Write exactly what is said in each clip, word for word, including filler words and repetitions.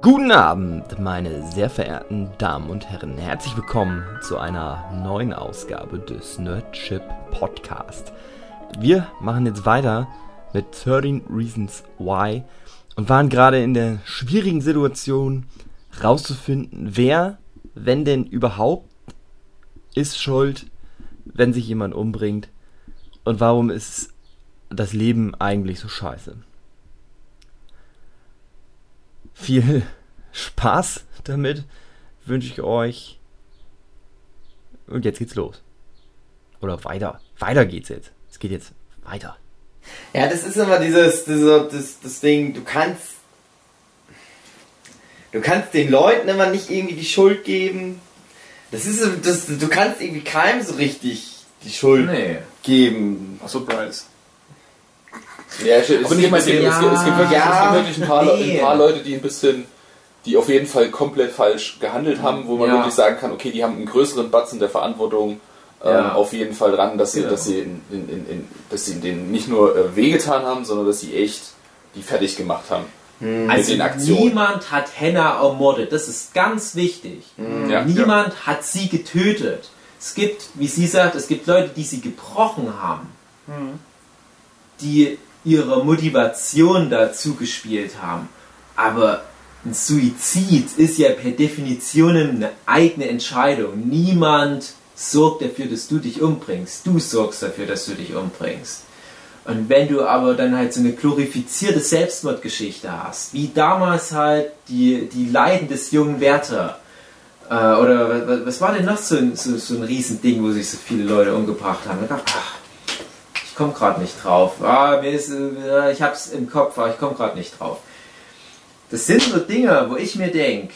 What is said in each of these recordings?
Guten Abend, meine sehr verehrten Damen und Herren. Herzlich willkommen zu einer neuen Ausgabe des Nerdship Podcast. Wir machen jetzt weiter mit dreizehn Reasons Why und waren gerade in der schwierigen Situation, rauszufinden, wer, wenn denn überhaupt, ist schuld, wenn sich jemand umbringt und warum ist das Leben eigentlich so scheiße. Viel Spaß damit wünsche ich euch. Und jetzt geht's los. Oder weiter. Weiter geht's jetzt. Es geht jetzt weiter. Ja, das ist immer dieses, dieses das, das Ding, du kannst du kannst den Leuten immer nicht irgendwie die Schuld geben. Das ist das, du kannst irgendwie keinem so richtig die Schuld nee. geben. Achso, Bryce. Ja, es, es, gibt, es, gibt, ja, es, gibt, es gibt wirklich, ja, es gibt wirklich ein, paar, nee. ein paar Leute, die ein bisschen, die auf jeden Fall komplett falsch gehandelt haben, wo man ja. wirklich sagen kann, okay, die haben einen größeren Batzen der Verantwortung ja. ähm, auf jeden Fall dran, dass sie, ja. dass sie, in, in, in, in, dass sie denen nicht nur äh, wehgetan haben, sondern dass sie echt die fertig gemacht haben. Mhm. Also niemand hat Hannah ermordet, das ist ganz wichtig. Mhm. Ja. Niemand ja. hat sie getötet. Es gibt, wie sie sagt, es gibt Leute, die sie gebrochen haben, mhm. die ihre Motivation dazu gespielt haben. Aber ein Suizid ist ja per Definition eine eigene Entscheidung. Niemand sorgt dafür, dass du dich umbringst. Du sorgst dafür, dass du dich umbringst. Und wenn du aber dann halt so eine glorifizierte Selbstmordgeschichte hast, wie damals halt die, die Leiden des jungen Werther, äh, oder was war denn noch so ein, so, so ein Riesending, wo sich so viele Leute umgebracht haben? Ich dachte, ach, ich komme gerade nicht drauf. Ah, mir ist, äh, ich hab's im Kopf, aber ich komme gerade nicht drauf. Das sind so Dinge, wo ich mir denke,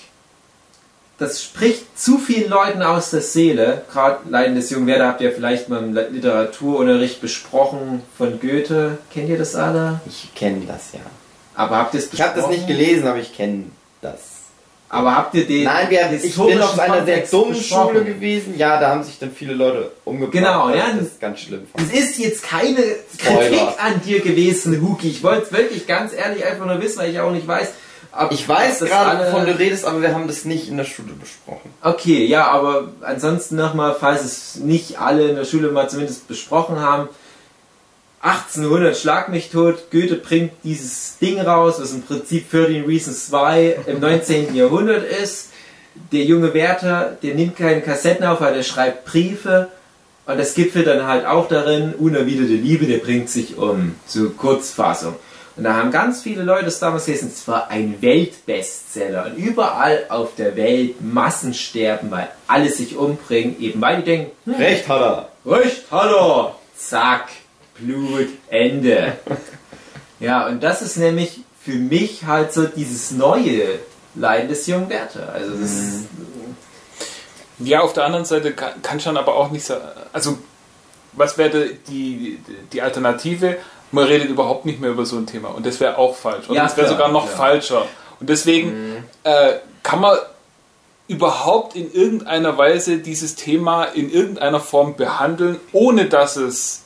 das spricht zu vielen Leuten aus der Seele. Gerade Leiden des jungen Werther habt ihr vielleicht mal im Literaturunterricht besprochen von Goethe. Kennt ihr das alle? Ich kenne das, ja. Aber habt ihr es besprochen? Ich habe das nicht gelesen, aber ich kenne das. Aber habt ihr den Nein, wir, ich bin auf einer sehr dummen besprochen? Schule gewesen. Ja, da haben sich dann viele Leute umgebracht. Genau, ja. Das ist ganz schlimm. Das ist jetzt keine Spoiler. Kritik an dir gewesen, Huki. Ich wollte wirklich ganz ehrlich einfach nur wissen, weil ich auch nicht weiß. Ob, ich weiß gerade, wovon du redest, aber wir haben das nicht in der Schule besprochen. Okay, ja, aber ansonsten nochmal, falls es nicht alle in der Schule mal zumindest besprochen haben. achtzehnhundert Schlag mich tot, Goethe bringt dieses Ding raus, was im Prinzip dreizehn Reasons zwei im neunzehnten Jahrhundert ist. Der junge Werther, der nimmt keinen Kassettenaufnahme, der schreibt Briefe und das gipfelt dann halt auch darin, unerwiderte Liebe, der bringt sich um. So Kurzfassung. Und da haben ganz viele Leute das damals gelesen, es war ein Weltbestseller und überall auf der Welt Massensterben, weil alle sich umbringen, eben weil die denken, hm, Recht hat er. Recht hat er. Zack. Blut, Ende. Ja, und das ist nämlich für mich halt so dieses neue Leiden des jungen Werther. Also das mhm. Ja, auf der anderen Seite kann, kann schon aber auch nicht sagen, also was wäre die, die Alternative? Man redet überhaupt nicht mehr über so ein Thema und das wäre auch falsch. Und ja, das wäre sogar noch ja. falscher. Und deswegen mhm. äh, kann man überhaupt in irgendeiner Weise dieses Thema in irgendeiner Form behandeln, ohne dass es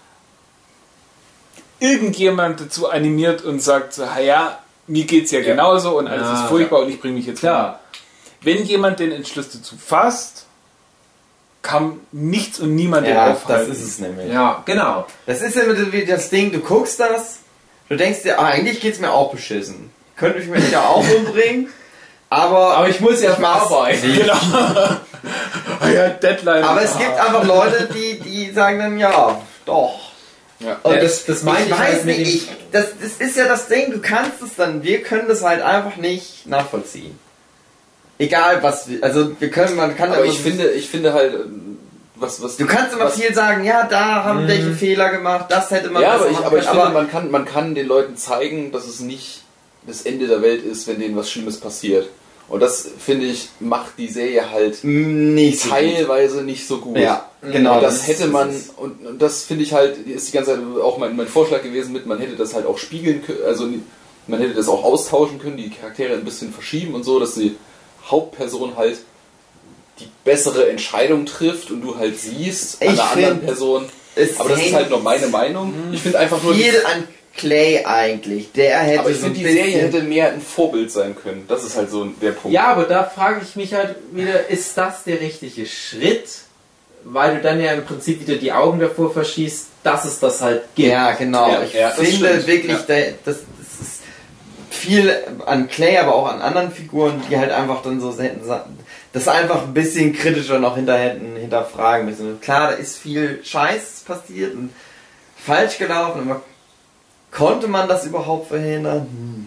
irgendjemand dazu animiert und sagt, so, ja, mir geht's ja genauso und alles ja, ist furchtbar ja. und ich bringe mich jetzt klar. Um. Wenn jemand den Entschluss dazu fasst, kann nichts und niemand ja, den aufhalten. Das ist es nämlich. Ja, genau. Das ist ja wie das Ding, du guckst das, du denkst dir, ah, eigentlich geht's mir auch beschissen. Könnte ich mich ja auch umbringen, aber, aber ich muss ja arbeiten. Genau. ja, Deadline. Aber es gibt einfach Leute, die, die sagen dann, ja, doch. Ja. Und ja, das, das meine ich, ich weiß nicht, ich, das, das ist ja das Ding, du kannst es dann, wir können das halt einfach nicht nachvollziehen. Egal was, wir, also wir können, man kann... Aber ich finde, ich finde halt, was... was du kannst immer was, viel sagen, ja, da haben welche Fehler gemacht, das hätte man... Ja, aber ich, aber ich finde, man kann, man kann den Leuten zeigen, dass es nicht das Ende der Welt ist, wenn denen was Schlimmes passiert. Und das, finde ich, macht die Serie halt nicht teilweise so nicht so gut. Ja, genau. Und das, das hätte man, und, und das finde ich halt, ist die ganze Zeit auch mein, mein Vorschlag gewesen mit, man hätte das halt auch spiegeln können, also man hätte das auch austauschen können, die Charaktere ein bisschen verschieben und so, dass die Hauptperson halt die bessere Entscheidung trifft und du halt siehst, an einer anderen Person, es aber das ist halt nur meine Meinung. Ich finde einfach nur... Viel an Clay eigentlich. Der hätte aber ich so finde, die Serie hätte mehr ein Vorbild sein können. Das ist halt so der Punkt. Ja, aber da frage ich mich halt wieder, ist das der richtige Schritt? Weil du dann ja im Prinzip wieder die Augen davor verschießt, dass es das halt gibt. Ja, genau. Ja, ich ja, finde stimmt. wirklich, ja. da, das, das ist viel an Clay, aber auch an anderen Figuren, die halt einfach dann so hätten, das einfach ein bisschen kritischer noch hinter hätten, hinterfragen müssen. Und klar, da ist viel Scheiß passiert und falsch gelaufen, aber konnte man das überhaupt verhindern?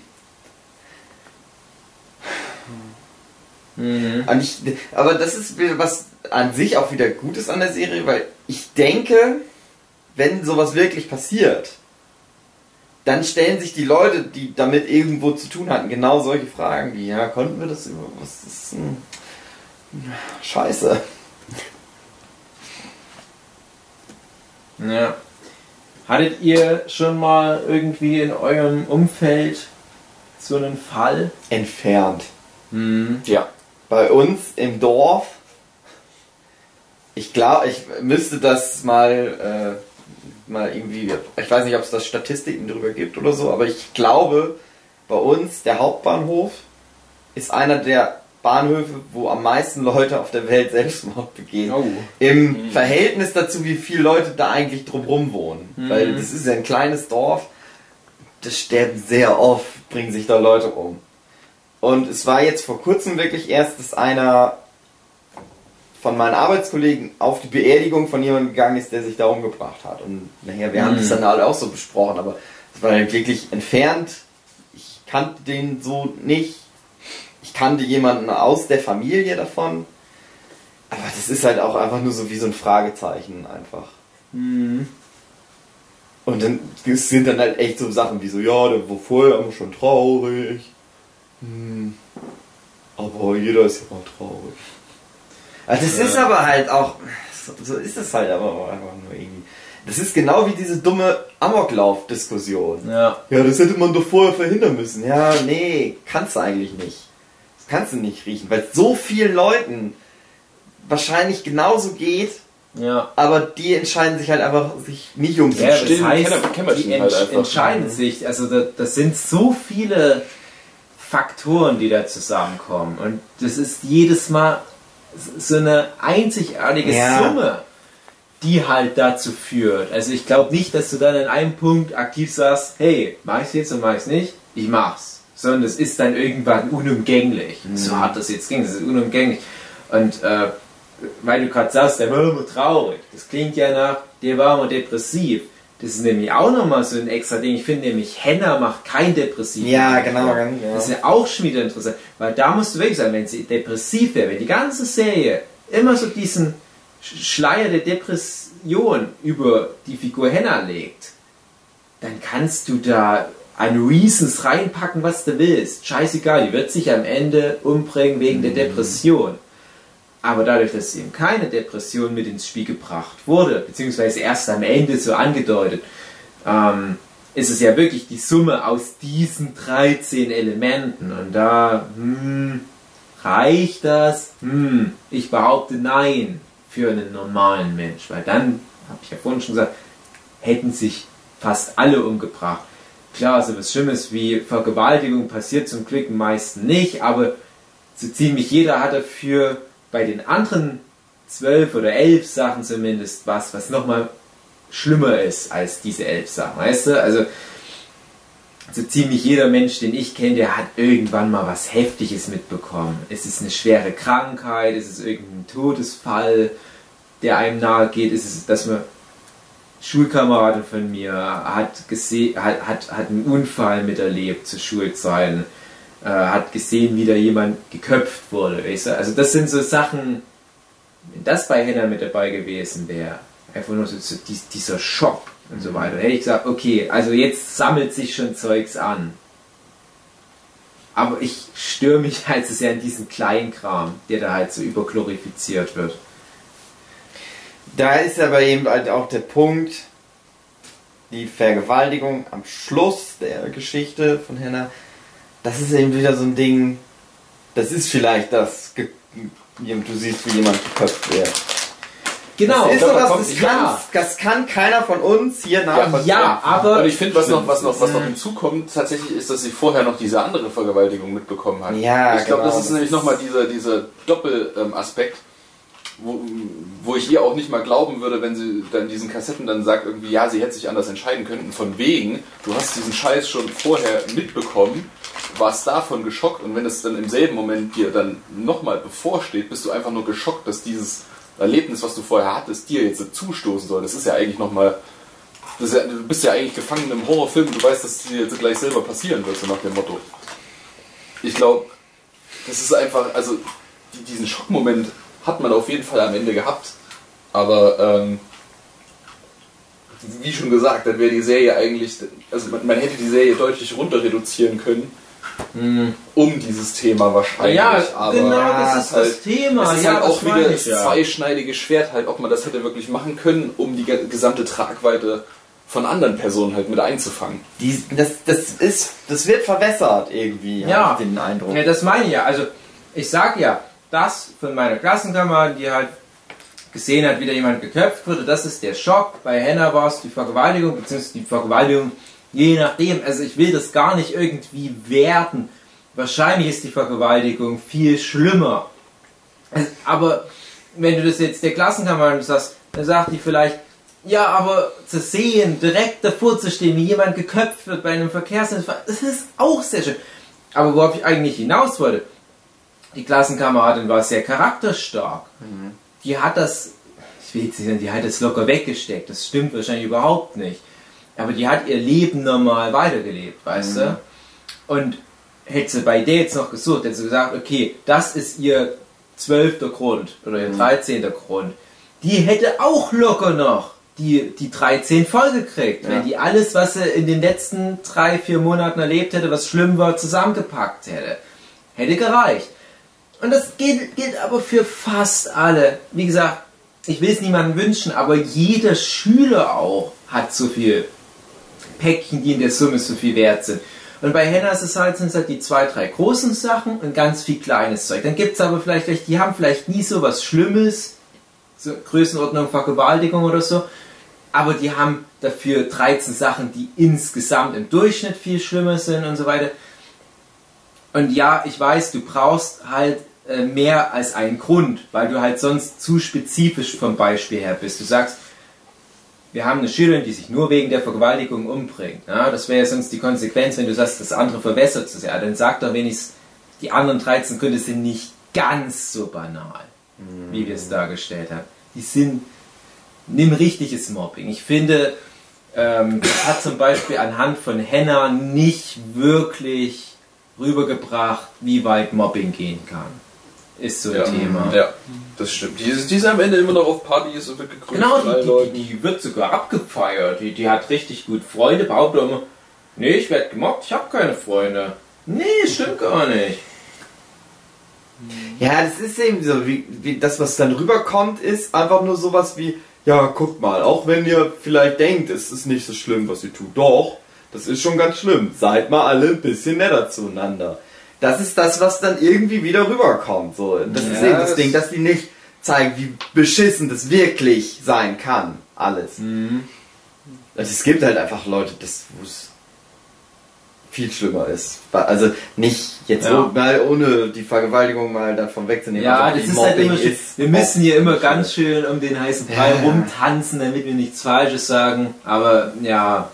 Hm. Mhm. Und ich, aber das ist was an sich auch wieder Gutes an der Serie, weil ich denke, wenn sowas wirklich passiert, dann stellen sich die Leute, die damit irgendwo zu tun hatten, genau solche Fragen wie, ja, konnten wir das über, was ist denn? Scheiße. Ja. Hattet ihr schon mal irgendwie in eurem Umfeld so einen Fall? Entfernt. Mhm. Ja. Bei uns im Dorf, ich glaube, ich müsste das mal, äh, mal irgendwie, ich weiß nicht, ob es da Statistiken drüber gibt oder so, aber ich glaube, bei uns der Hauptbahnhof ist einer der Bahnhöfe, wo am meisten Leute auf der Welt Selbstmord begehen. Oh. Im mhm. Verhältnis dazu, wie viele Leute da eigentlich drumherum wohnen. Mhm. Weil das ist ja ein kleines Dorf, das sterben sehr oft, bringen sich da Leute um. Und es war jetzt vor kurzem wirklich erst, dass einer von meinen Arbeitskollegen auf die Beerdigung von jemandem gegangen ist, der sich da umgebracht hat. Und naja, wir mhm. haben das dann alle auch so besprochen, aber es war halt wirklich entfernt. Ich kannte den so nicht. Ich kannte jemanden aus der Familie davon. Aber das ist halt auch einfach nur so wie so ein Fragezeichen einfach. Mhm. Und dann es sind dann halt echt so Sachen wie so, ja, der war vorher immer schon traurig. Hm. Aber jeder ist ja auch traurig. Also das ja. ist aber halt auch, so, so ist es halt aber auch einfach nur irgendwie. Das ist genau wie diese dumme Amoklauf-Diskussion. Ja. Ja, das hätte man doch vorher verhindern müssen. Ja, nee, kannst du eigentlich nicht. Das kannst du nicht riechen, weil es so vielen Leuten wahrscheinlich genauso geht. Ja. Aber die entscheiden sich halt einfach, sich nicht umzustellen. Ja, das heißt, die ent halt entscheiden sich, also das, das sind so viele Faktoren, die da zusammenkommen. Und das ist jedes Mal so eine einzigartige ja. Summe, die halt dazu führt. Also ich glaube nicht, dass du dann an einem Punkt aktiv sagst, hey, mach ich's jetzt und mach ich's nicht, ich mach's. Sondern es ist dann irgendwann unumgänglich. Mhm. So hart das jetzt ging, das ist unumgänglich. Und äh, weil du gerade sagst, der war immer traurig. Das klingt ja nach, der war immer depressiv. Das ist nämlich auch nochmal so ein extra Ding. Ich finde nämlich, Henna macht kein Depressiv. Ja, genau. Ja. Das ist ja auch schon wieder interessant. Weil da musst du wirklich sagen, wenn sie depressiv wäre, wenn die ganze Serie immer so diesen Schleier der Depression über die Figur Henna legt, dann kannst du da an Reasons reinpacken, was du willst. Scheißegal, die wird sich am Ende umbringen wegen mhm. der Depression. Aber dadurch, dass eben keine Depression mit ins Spiel gebracht wurde, beziehungsweise erst am Ende so angedeutet, ähm, ist es ja wirklich die Summe aus diesen dreizehn Elementen. Und da hm, reicht das? Hm, ich behaupte nein für einen normalen Mensch. Weil dann, habe ich ja vorhin schon gesagt, hätten sich fast alle umgebracht. Klar, so was Schlimmes wie Vergewaltigung passiert zum Glück meist nicht, aber so ziemlich jeder hat dafür bei den anderen zwölf oder elf Sachen zumindest was, was nochmal schlimmer ist als diese elf Sachen, weißt du? Also so ziemlich jeder Mensch, den ich kenne, der hat irgendwann mal was Heftiges mitbekommen. Es ist eine schwere Krankheit, es ist irgendein Todesfall, der einem nahe geht, es ist, dass man Schulkameradin von mir hat, gesehen, hat, hat, hat einen Unfall miterlebt zu Schulzeiten. Äh, hat gesehen, wie da jemand geköpft wurde. Weißt du? Also das sind so Sachen, wenn das bei Henna mit dabei gewesen wäre, einfach nur so, so dies, dieser Schock und so weiter, dann hätte ich gesagt, okay, also jetzt sammelt sich schon Zeugs an. Aber ich störe mich halt so sehr an diesen Kleinkram, der da halt so überglorifiziert wird. Da ist aber eben halt auch der Punkt, die Vergewaltigung am Schluss der Geschichte von Henna. Das ist eben wieder so ein Ding, das ist vielleicht das, du siehst, wie jemand geköpft wird. Genau. Das ist sowas, das, ja. das kann keiner von uns hier nachvollziehen. Ja, aber... Und ich finde, was noch, was noch, was noch hinzukommt, tatsächlich ist, dass sie vorher noch diese andere Vergewaltigung mitbekommen hat. Ja, ich glaube, genau, das ist nämlich nochmal dieser, dieser Doppelaspekt, wo, wo ich ihr auch nicht mal glauben würde, wenn sie dann diesen Kassetten dann sagt, irgendwie, ja, sie hätte sich anders entscheiden können. Von wegen, du hast diesen Scheiß schon vorher mitbekommen, warst davon geschockt und wenn es dann im selben Moment dir dann nochmal bevorsteht, bist du einfach nur geschockt, dass dieses Erlebnis, was du vorher hattest, dir jetzt zustoßen soll. Das ist ja eigentlich nochmal, ja, du bist ja eigentlich gefangen in einem Horrorfilm, du weißt, dass dir jetzt gleich selber passieren wird, so nach dem Motto. Ich glaube, das ist einfach, also diesen Schockmoment hat man auf jeden Fall am Ende gehabt, aber ähm, wie schon gesagt, dann wäre die Serie eigentlich, also man, man hätte die Serie deutlich runter reduzieren können, mm. um dieses Thema wahrscheinlich. Ja, aber genau, das ist halt, das Thema. Es ist ja, halt auch wieder das ja. zweischneidige Schwert, halt, ob man das hätte wirklich machen können, um die gesamte Tragweite von anderen Personen halt mit einzufangen. Die, das, das, ist, das wird verwässert irgendwie, ja. habe ich den Eindruck. Ja, das meine ich ja. Also ich sag ja, das von meiner Klassenkameradin, die halt gesehen hat, wie da jemand geköpft wurde, das ist der Schock. Bei Hannah war es die Vergewaltigung, beziehungsweise die Vergewaltigung, je nachdem. Also ich will das gar nicht irgendwie werten. Wahrscheinlich ist die Vergewaltigung viel schlimmer. Aber wenn du das jetzt der Klassenkameradin sagst, dann sagt die vielleicht, ja, aber zu sehen, direkt davor zu stehen, wie jemand geköpft wird bei einem Verkehrsunfall, das ist auch sehr schön. Aber worauf ich eigentlich hinaus wollte, die Klassenkameradin war sehr charakterstark. Mhm. Die hat das, ich will jetzt nicht sagen, die hat das locker weggesteckt, das stimmt wahrscheinlich überhaupt nicht. Aber die hat ihr Leben normal weitergelebt, weißt mhm. du? Und hätte sie bei der jetzt noch gesucht, hätte sie gesagt, okay, das ist ihr zwölfter Grund oder ihr dreizehnter Grund. Die hätte auch locker noch die, die dreizehn voll gekriegt, ja. wenn die alles, was sie in den letzten drei, vier Monaten erlebt hätte, was schlimm war, zusammengepackt hätte. Hätte gereicht. Und das gilt, gilt aber für fast alle. Wie gesagt, ich will es niemandem wünschen, aber jeder Schüler auch hat so viel Päckchen, die in der Summe so viel wert sind. Und bei Hannah ist es halt, sind es halt die zwei, drei großen Sachen und ganz viel kleines Zeug. Dann gibt es aber vielleicht, die haben vielleicht nie so was Schlimmes, so Größenordnung Vergewaltigung oder so, aber die haben dafür dreizehn Sachen, die insgesamt im Durchschnitt viel schlimmer sind und so weiter. Und ja, ich weiß, du brauchst halt äh, mehr als einen Grund, weil du halt sonst zu spezifisch vom Beispiel her bist. Du sagst, wir haben eine Schülerin, die sich nur wegen der Vergewaltigung umbringt. Ja, das wäre ja sonst die Konsequenz, wenn du sagst, das andere verwässert zu sehr. Dann sag doch wenigstens, die anderen dreizehn Gründe sind nicht ganz so banal, mhm. wie wir es dargestellt haben. Die sind, nimm richtiges Mobbing. Ich finde, ähm, das hat zum Beispiel anhand von Hannah nicht wirklich rübergebracht, wie weit Mobbing gehen kann. Ist so ein ja, Thema. Ja, das stimmt. Die ist, die ist am Ende immer noch auf Partys und wird gegrüßt. Genau, die, die, die wird sogar abgefeiert. Die, die hat richtig gut Freunde. Behauptet immer, nee, ich werde gemobbt, ich habe keine Freunde. Nee, stimmt gar nicht. Ja, das ist eben so, wie, wie das, was dann rüberkommt, ist einfach nur sowas wie, ja, guckt mal, auch wenn ihr vielleicht denkt, es ist nicht so schlimm, was ihr tut. Doch, das ist schon ganz schlimm. Seid mal alle ein bisschen netter zueinander. Das ist das, was dann irgendwie wieder rüberkommt. So, das ja, ist eben das, das Ding, dass die nicht zeigen, wie beschissen das wirklich sein kann. Alles. Mhm. Also es gibt halt einfach Leute, wo es viel schlimmer ist. Also nicht jetzt ja. mal ohne die Vergewaltigung mal davon wegzunehmen. Ja, also das ist halt immer schön. Wir müssen hier immer ganz schön um den heißen Brei ja. rumtanzen, damit wir nichts Falsches sagen. Aber ja...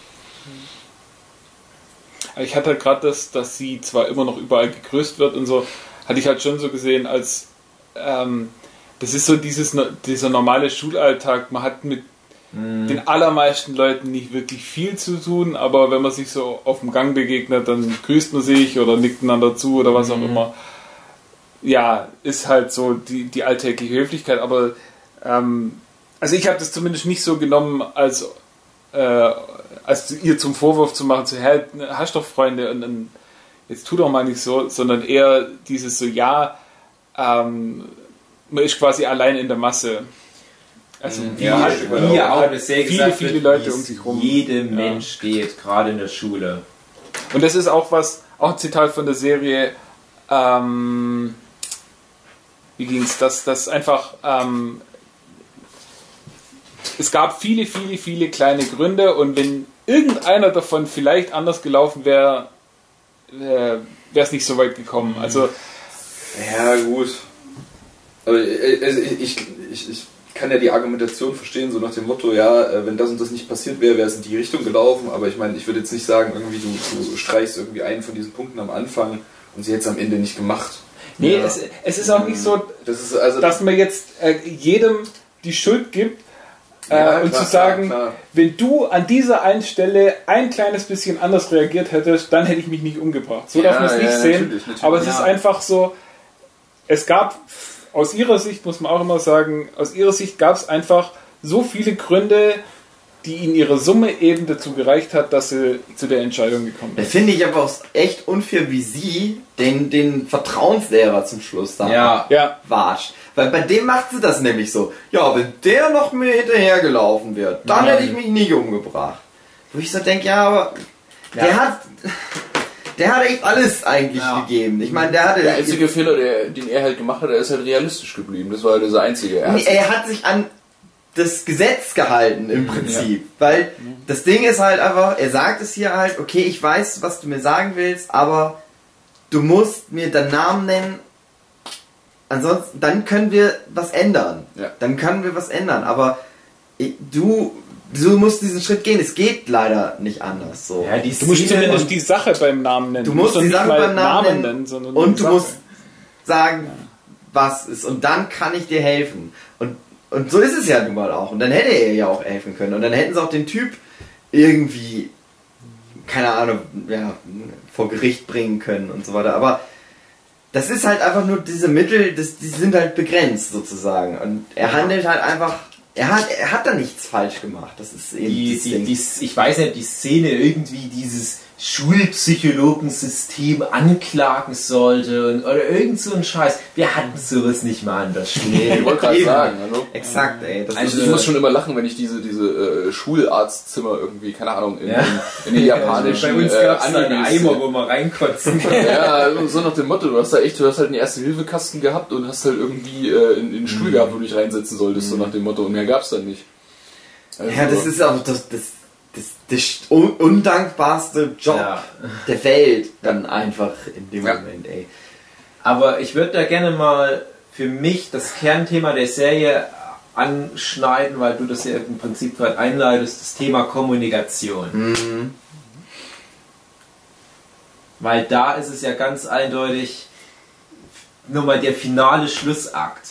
Ich hatte halt gerade das, dass sie zwar immer noch überall gegrüßt wird und so, hatte ich halt schon so gesehen, als ähm, das ist so dieses dieser normale Schulalltag. Man hat mit mm. den allermeisten Leuten nicht wirklich viel zu tun, aber wenn man sich so auf dem Gang begegnet, dann grüßt man sich oder nickt einander zu oder was mm. auch immer. Ja, ist halt so die, die alltägliche Höflichkeit, aber ähm, also ich habe das zumindest nicht so genommen, als äh, als ihr zum Vorwurf zu machen, so, hey, hast doch Freunde und dann jetzt tu doch mal nicht so, sondern eher dieses so, ja, ähm, man ist quasi allein in der Masse. Also wie, ja, wie ja auch sehr viele, viele wird, Leute um sich rum. Jedem ja. Mensch geht, gerade in der Schule. Und das ist auch was, auch ein Zitat von der Serie, ähm, wie ging es, dass das einfach ähm, es gab viele, viele, viele kleine Gründe und wenn irgendeiner davon vielleicht anders gelaufen wäre, wäre es nicht so weit gekommen. Also ja, gut. Aber also ich, ich, ich, ich kann ja die Argumentation verstehen, so nach dem Motto, ja, wenn das und das nicht passiert wäre, wäre es in die Richtung gelaufen, aber ich meine, ich würde jetzt nicht sagen, irgendwie du, du streichst irgendwie einen von diesen Punkten am Anfang und sie hätte es am Ende nicht gemacht. Nee, ja. es, es ist auch nicht so, das ist also dass man jetzt äh, jedem die Schuld gibt, äh, ja, und klar, zu sagen, klar, klar. wenn du an dieser einen Stelle ein kleines bisschen anders reagiert hättest, dann hätte ich mich nicht umgebracht. So ja, darf man es nicht ja, sehen, natürlich, natürlich. Aber es ja. ist einfach so, es gab, aus ihrer Sicht muss man auch immer sagen, aus ihrer Sicht gab es einfach so viele Gründe, die in ihrer Summe eben dazu gereicht hat, dass sie zu der Entscheidung gekommen ist. Da finde ich aber auch echt unfair, wie sie den, den Vertrauenslehrer zum Schluss da ja. ja. watscht. Weil bei dem macht sie das nämlich so. Ja, wenn der noch mir hinterhergelaufen wird, dann Nein. hätte ich mich nicht umgebracht. Wo ich so denke, ja, aber ja. der hat... Der hat echt alles eigentlich ja. gegeben. Ich meine, der hatte... Der einzige Fehler, der, den er halt gemacht hat, er ist halt realistisch geblieben. Das war halt das einzige. Er, nee, er hat sich an das Gesetz gehalten, im Prinzip. Ja. Weil das Ding ist halt einfach, er sagt es hier halt, okay, ich weiß, was du mir sagen willst, aber du musst mir deinen Namen nennen, ansonsten, dann können wir was ändern. Ja. Dann können wir was ändern, aber ich, du... Du musst diesen Schritt gehen, es geht leider nicht anders. So. Ja, du musst zumindest die Sache beim Namen nennen. Du musst, du musst die Sache beim Namen nennen, nennen sondern und du Sache. musst sagen, ja. was ist. Und dann kann ich dir helfen. Und, und so ist es ja nun mal auch. Und dann hätte er ja auch helfen können. Und dann hätten sie auch den Typ irgendwie, keine Ahnung, ja, vor Gericht bringen können und so weiter. Aber das ist halt einfach nur diese Mittel, das, die sind halt begrenzt sozusagen. Und er ja. handelt halt einfach... Er hat, er hat da nichts falsch gemacht. Das ist eben die, die, die, ich weiß nicht, ob die Szene irgendwie dieses Schulpsychologensystem anklagen sollte und, oder irgend so ein Scheiß. Wir hatten sowas nicht mal an der Schule. Ich wollte gerade sagen, hallo? Exakt, ey. Das also ich muss schon immer lachen, wenn ich diese, diese äh, Schularztzimmer irgendwie, keine Ahnung, in, ja. in, in den japanischen ja, bei uns gab's äh, einen Eimer, wo man reinkotzen kann. Ja, so nach dem Motto, du hast da echt, du hast halt einen Erste-Hilfe-Kasten gehabt und hast halt irgendwie äh, in, in einen Stuhl mhm. gehabt, wo du dich reinsetzen solltest, mhm. so nach dem Motto, und mehr gab's dann nicht. Also, ja, das ist auch das, das Das, das un- undankbarste Job ja. der Welt dann einfach in dem ja. Moment, ey. Aber ich würde da gerne mal für mich das Kernthema der Serie anschneiden, weil du das ja im Prinzip gerade einleitest, das Thema Kommunikation. Mhm. Weil da ist es ja ganz eindeutig nur mal der finale Schlussakt.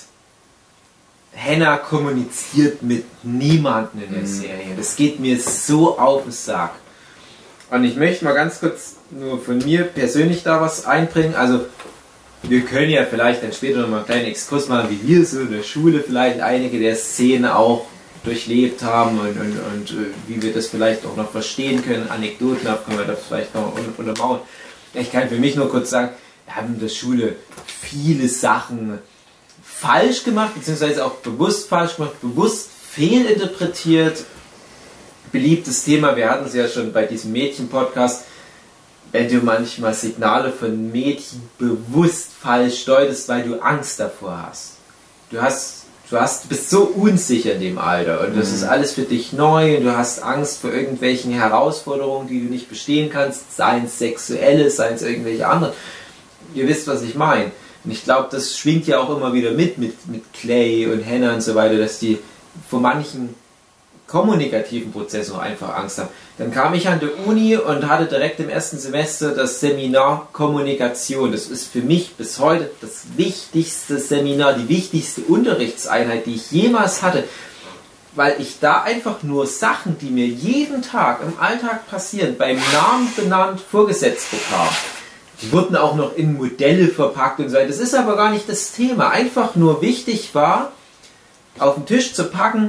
Hannah kommuniziert mit niemandem in der Serie. Das geht mir so auf den Sack. Und ich möchte mal ganz kurz nur von mir persönlich da was einbringen. Also wir können ja vielleicht dann später noch mal einen kleinen Exkurs machen, wie wir so in der Schule vielleicht einige der Szenen auch durchlebt haben und, und, und äh, wie wir das vielleicht auch noch verstehen können. Anekdoten ab können wir da vielleicht noch untermauern. Ich kann für mich nur kurz sagen, wir haben in der Schule viele Sachen falsch gemacht, beziehungsweise auch bewusst falsch gemacht, bewusst fehlinterpretiert. Beliebtes Thema, wir hatten es ja schon bei diesem Mädchen-Podcast, wenn du manchmal Signale von Mädchen bewusst falsch deutest, weil du Angst davor hast. Du hast, du hast, du bist so unsicher in dem Alter und das mhm. ist alles für dich neu und du hast Angst vor irgendwelchen Herausforderungen, die du nicht bestehen kannst, seien es sexuelle, seien es irgendwelche anderen. Ihr wisst, was ich meine. Und ich glaube, das schwingt ja auch immer wieder mit, mit, mit Clay und Hannah und so weiter, dass die vor manchen kommunikativen Prozessen auch einfach Angst haben. Dann kam ich an der Uni und hatte direkt im ersten Semester das Seminar Kommunikation. Das ist für mich bis heute das wichtigste Seminar, die wichtigste Unterrichtseinheit, die ich jemals hatte, weil ich da einfach nur Sachen, die mir jeden Tag im Alltag passieren, beim Namen benannt vorgesetzt bekam. Die wurden auch noch in Modelle verpackt und so weiter. Das ist aber gar nicht das Thema. Einfach nur wichtig war, auf den Tisch zu packen,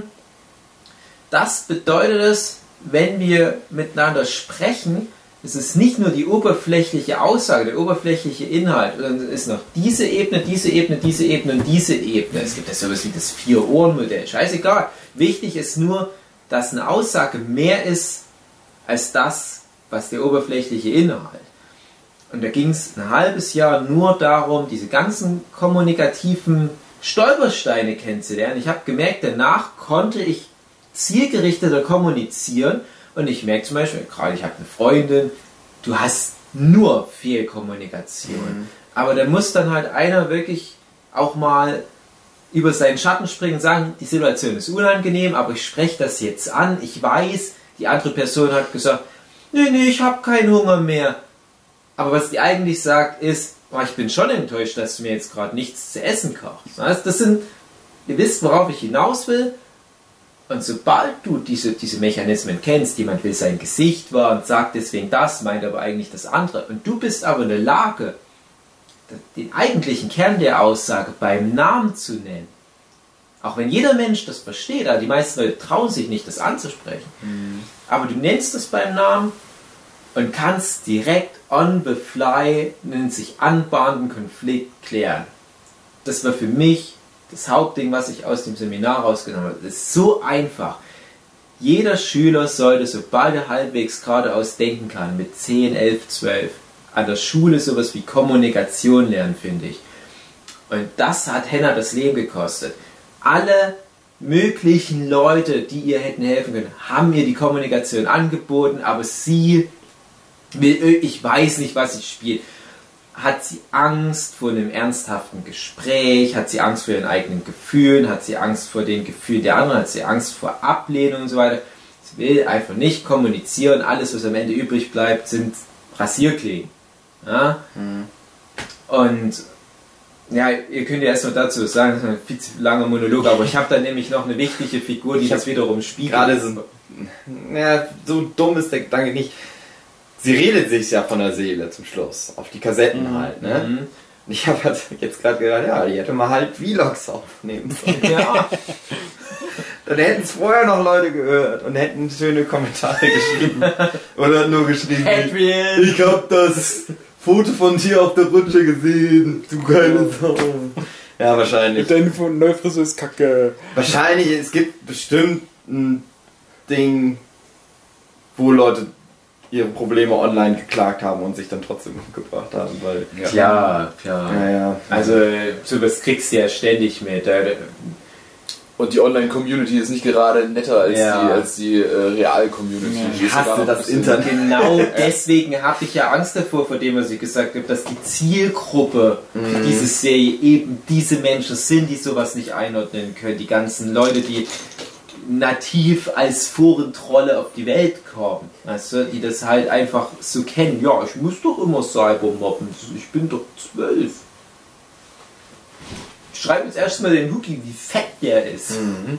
das bedeutet es, wenn wir miteinander sprechen, es ist nicht nur die oberflächliche Aussage, der oberflächliche Inhalt, sondern es ist noch diese Ebene, diese Ebene, diese Ebene und diese Ebene. Es gibt ja sowas wie das Vier-Ohren-Modell. Scheißegal. Wichtig ist nur, dass eine Aussage mehr ist als das, was der oberflächliche Inhalt. Und da ging es ein halbes Jahr nur darum, diese ganzen kommunikativen Stolpersteine kennenzulernen. Ich habe gemerkt, danach konnte ich zielgerichteter kommunizieren. Und ich merke zum Beispiel, gerade ich habe eine Freundin, du hast nur Fehlkommunikation. Mhm. Aber da muss dann halt einer wirklich auch mal über seinen Schatten springen und sagen, die Situation ist unangenehm, aber ich spreche das jetzt an. Ich weiß, die andere Person hat gesagt, nee, nee, ich habe keinen Hunger mehr. Aber was die eigentlich sagt ist, oh, ich bin schon enttäuscht, dass du mir jetzt gerade nichts zu essen kochst. Also das sind, ihr wisst, worauf ich hinaus will. Und sobald du diese, diese Mechanismen kennst, jemand will sein Gesicht wahren und sagt deswegen das, meint aber eigentlich das andere. Und du bist aber in der Lage, den eigentlichen Kern der Aussage beim Namen zu nennen. Auch wenn jeder Mensch das versteht, aber die meisten Leute trauen sich nicht, das anzusprechen. Mhm. Aber du nennst es beim Namen und kannst direkt on the fly einen sich anbahnenden Konflikt klären. Das war für mich das Hauptding, was ich aus dem Seminar rausgenommen habe. Das ist so einfach. Jeder Schüler sollte, sobald er halbwegs geradeaus denken kann, mit zehn, elf, zwölf, an der Schule sowas wie Kommunikation lernen, finde ich. Und das hat Henna das Leben gekostet. Alle möglichen Leute, die ihr hätten helfen können, haben ihr die Kommunikation angeboten, aber sie will, ich weiß nicht, was ich spiele. Hat sie Angst vor einem ernsthaften Gespräch? Hat sie Angst vor ihren eigenen Gefühlen? Hat sie Angst vor den Gefühlen der anderen? Hat sie Angst vor Ablehnung und so weiter? Sie will einfach nicht kommunizieren. Alles, was am Ende übrig bleibt, sind Rasierklingen. Ja? Mhm. Und ja, ihr könnt ja erstmal dazu sagen, das ist ein viel zu langer Monolog, aber ich habe da nämlich noch eine wichtige Figur, die ich das wiederum spiegelt. Gerade so, ja, so dumm ist der Gedanke nicht. Sie redet sich ja von der Seele zum Schluss, auf die Kassetten mhm. halt, ne? Mhm. Und ich habe halt jetzt gerade gedacht, ja, die hätte mal halt Vlogs aufnehmen sollen. Ja. Dann hätten es vorher noch Leute gehört und hätten schöne Kommentare geschrieben. Oder nur geschrieben, Adrian. Ich hab das Foto von dir auf der Rutsche gesehen, du geile Sau. Ja, wahrscheinlich. Deine neue Frisur ist kacke. Wahrscheinlich, es gibt bestimmt ein Ding, wo Leute ihre Probleme online geklagt haben und sich dann trotzdem umgebracht haben, weil... Ja, klar, klar. Ja, ja. Also, sowas kriegst du ja ständig mit. Und die Online-Community ist nicht gerade netter als ja. die, als die äh, Real-Community. Ja, ich hasse das Internet. Genau deswegen habe ich ja Angst davor, vor dem, was ich gesagt habe, dass die Zielgruppe mhm. dieser Serie eben diese Menschen sind, die sowas nicht einordnen können. Die ganzen Leute, die nativ als Forentrolle auf die Welt kommen. Weißt du, die das halt einfach so kennen. Ja, ich muss doch immer Cybermobben. Ich bin doch zwölf. Schreib jetzt erstmal den Huki, wie fett der ist. Mhm.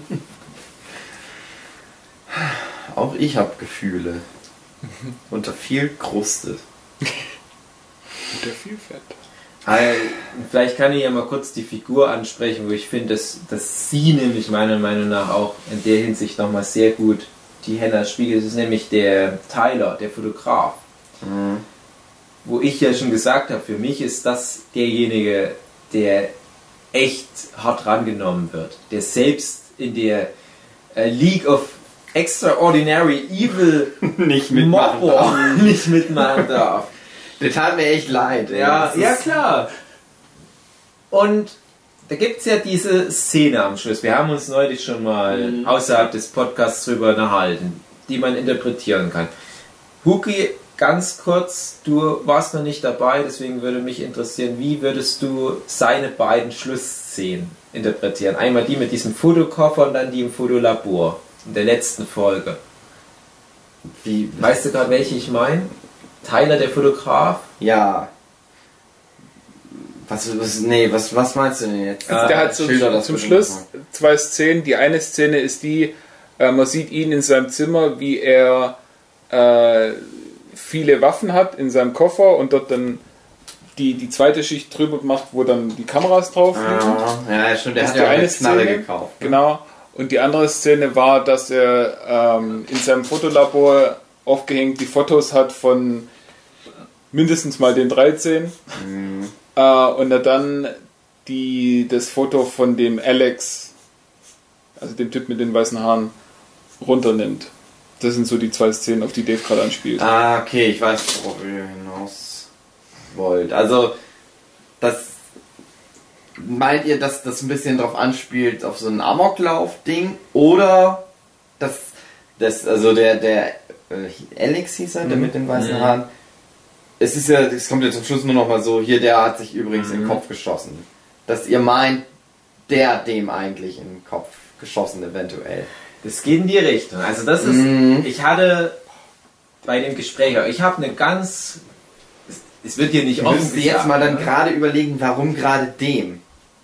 Auch ich habe Gefühle. Unter viel Kruste. Unter viel Fett. Also, vielleicht kann ich ja mal kurz die Figur ansprechen, wo ich finde, dass, dass sie nämlich meiner Meinung nach auch in der Hinsicht nochmal sehr gut die Henna spiegelt. Das ist nämlich der Tyler, der Fotograf. Mhm. Wo ich ja schon gesagt habe, für mich ist das derjenige, der echt hart rangenommen wird. Der selbst in der äh, League of Extraordinary Evil nicht mitmachen darf. nicht mitmachen darf. Der tat mir echt leid. Ja, ja klar. Und da gibt es ja diese Szene am Schluss. Wir haben uns neulich schon mal mhm. außerhalb des Podcasts drüber unterhalten, die man interpretieren kann. Huki, ganz kurz, du warst noch nicht dabei, deswegen würde mich interessieren, wie würdest du seine beiden Schlussszenen interpretieren? Einmal die mit diesem Fotokoffer und dann die im Fotolabor in der letzten Folge. Wie, weißt du gerade, welche ich meine? Tyler, der Fotograf? Ja. Was, was, nee, was, was meinst du denn jetzt? Also der hat zum, Schilder, zum Schluss zwei Szenen. Die eine Szene ist die, äh, man sieht ihn in seinem Zimmer, wie er äh, viele Waffen hat in seinem Koffer und dort dann die, die zweite Schicht drüber macht, wo dann die Kameras drauf liegen. Ja, ja, stimmt, der hat ja eine Knarre gekauft. Ne? Genau. Und die andere Szene war, dass er ähm, in seinem Fotolabor aufgehängt die Fotos hat von mindestens mal den dreizehn. Mhm. Äh, und er dann die, das Foto von dem Alex, also dem Typ mit den weißen Haaren, runternimmt. Das sind so die zwei Szenen, auf die Dave gerade anspielt. Ah, okay, ich weiß, worauf ihr hinaus wollt. Also, das meint ihr, dass das ein bisschen drauf anspielt, auf so ein Amoklauf-Ding? Oder dass, dass also der, der äh, Alex hieß er, der mhm. mit den weißen mhm. Haaren. Es ist ja, es kommt jetzt zum Schluss nur noch mal so, hier, der hat sich übrigens mhm. in den Kopf geschossen. Dass ihr meint, der dem eigentlich in den Kopf geschossen eventuell. Das geht in die Richtung. Also das ist, mhm. ich hatte bei dem Gespräch, ich habe eine ganz, es, es wird hier nicht offen gesagt. Müssen Sie jetzt mal dann gerade überlegen, warum gerade dem?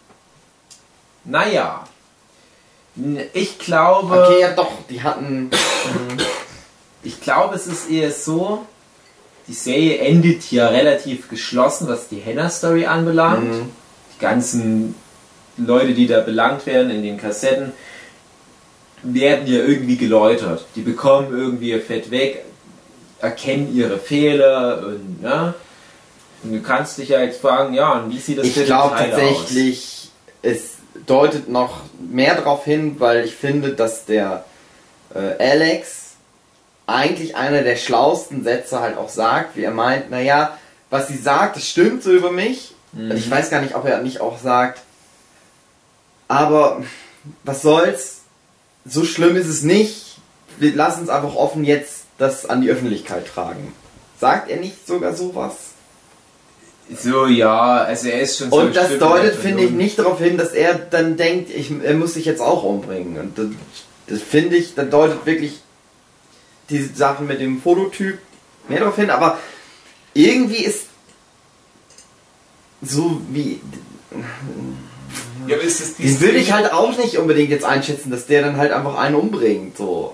Naja, ich glaube... Okay, ja doch, die hatten... ich glaube, es ist eher so, die Serie endet hier relativ geschlossen, was die Henna-Story anbelangt. Mhm. Die ganzen Leute, die da belangt werden in den Kassetten, werden ja irgendwie geläutert. Die bekommen irgendwie ihr Fett weg, erkennen ihre Fehler und, ja, und du kannst dich ja jetzt fragen, ja, und wie sieht das Ich glaube tatsächlich, aus? Es deutet noch mehr darauf hin, weil ich finde, dass der äh, Alex eigentlich einer der schlauesten Sätze halt auch sagt, wie er meint, naja, was sie sagt, das stimmt so über mich. Mhm. Ich weiß gar nicht, ob er nicht auch sagt, aber was soll's, so schlimm ist es nicht, wir lassen uns einfach offen jetzt das an die Öffentlichkeit tragen. Sagt er nicht sogar sowas? So, ja, also er ist schon so. Und das deutet, finde ich, nicht darauf hin, dass er dann denkt, ich, er muss sich jetzt auch umbringen. Und das, das finde ich, dann deutet wirklich diese Sachen mit dem Fototyp mehr darauf hin, aber irgendwie ist so wie... Ja, aber ist das die den würde ich halt auch nicht unbedingt jetzt einschätzen, dass der dann halt einfach einen umbringt, so.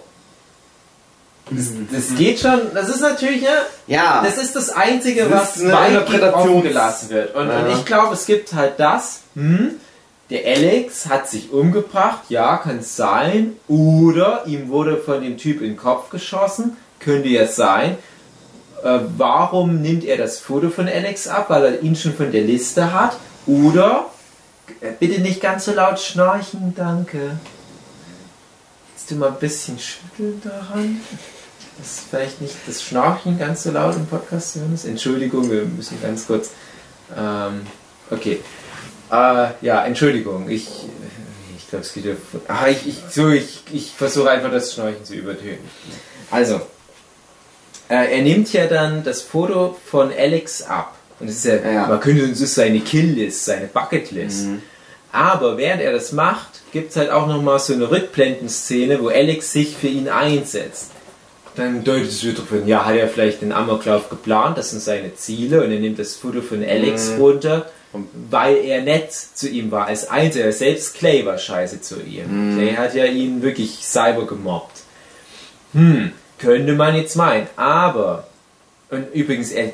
Das, das geht schon, das ist natürlich, ja, ja, das ist das Einzige, was weitgehend offen gelassen wird. Und, ja. und ich glaube, es gibt halt das, hm, der Alex hat sich umgebracht, ja, kann es sein, oder ihm wurde von dem Typ in den Kopf geschossen, könnte ja sein. Äh, warum nimmt er das Foto von Alex ab? Weil er ihn schon von der Liste hat, oder, äh, bitte nicht ganz so laut schnarchen, danke. Willst du mal ein bisschen schütteln daran? Das ist vielleicht nicht das Schnarchen ganz so laut im Podcast zu hören ist. Entschuldigung, wir müssen ganz kurz. Ähm, okay. Äh, ja, Entschuldigung. Ich, ich glaube, es geht ja. Ah, ich, ich, so, ich, ich versuche einfach das Schnarchen zu übertönen. Also, äh, er nimmt ja dann das Foto von Alex ab. Und es ist ja, ja. man könnte es ist seine Killlist, seine Bucketlist. Mhm. Aber während er das macht, gibt es halt auch nochmal so eine Rückblendenszene, wo Alex sich für ihn einsetzt. Dann deutet es wieder von, ja, hat er vielleicht den Amoklauf geplant, das sind seine Ziele, und er nimmt das Foto von Alex mhm. runter, weil er nett zu ihm war, als einziger. Selbst Clay war scheiße zu ihm. Mhm. Clay hat ja ihn wirklich cyber gemobbt. Hm, könnte man jetzt meinen, aber, und übrigens, er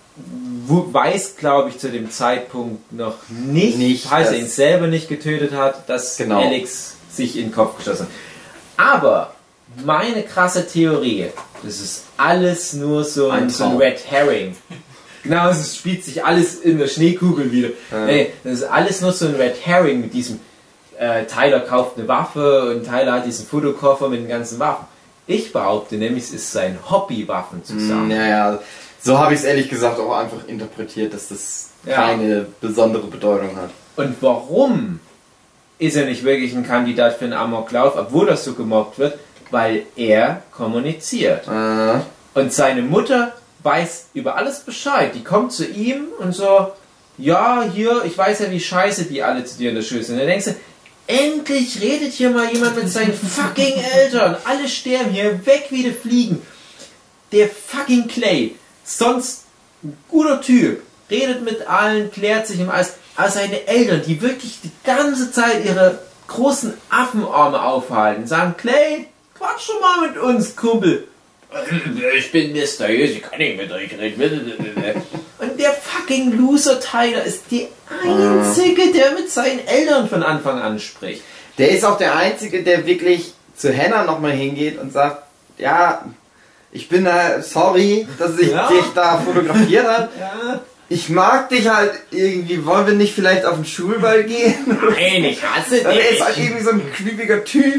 weiß, glaube ich, zu dem Zeitpunkt noch nicht, nicht falls er ihn selber nicht getötet hat, dass genau. Alex sich in den Kopf geschossen hat. Aber meine krasse Theorie, das ist alles nur so ein, so ein Red Herring. Genau, es spielt sich alles in der Schneekugel wieder. Ja. Ey, das ist alles nur so ein Red Herring mit diesem äh, Tyler kauft eine Waffe und Tyler hat diesen Fotokoffer mit den ganzen Waffen. Ich behaupte nämlich, es ist sein Hobby, Waffen zu sammeln. Ja, ja. So habe ich es ehrlich gesagt auch einfach interpretiert, dass das ja. keine besondere Bedeutung hat. Und warum ist er nicht wirklich ein Kandidat für einen Amoklauf, obwohl das so gemobbt wird? Weil er kommuniziert. Äh. Und seine Mutter weiß über alles Bescheid. Die kommt zu ihm und so, ja, hier, ich weiß ja, wie scheiße die alle zu dir in der Schule sind. Und dann denkst du, endlich redet hier mal jemand mit seinen fucking Eltern. Alle sterben hier, weg wie die Fliegen. Der fucking Clay, sonst ein guter Typ, redet mit allen, klärt sich im alles. Aber seine Eltern, die wirklich die ganze Zeit ihre großen Affenarme aufhalten, sagen, Clay, quatsch schon mal mit uns, Kumpel. Ich bin mysteriös, ich kann nicht mit euch reden. Und der fucking Loser Tyler ist der Einzige, der mit seinen Eltern von Anfang an spricht. Der ist auch der Einzige, der wirklich zu Hannah nochmal hingeht und sagt, ja, ich bin da, sorry, dass ich ja. dich da fotografiert habe. Ja. Ich mag dich halt irgendwie, wollen wir nicht vielleicht auf den Schulball gehen? Nein, ich hasse dich. Er ist halt irgendwie so ein creepiger Typ.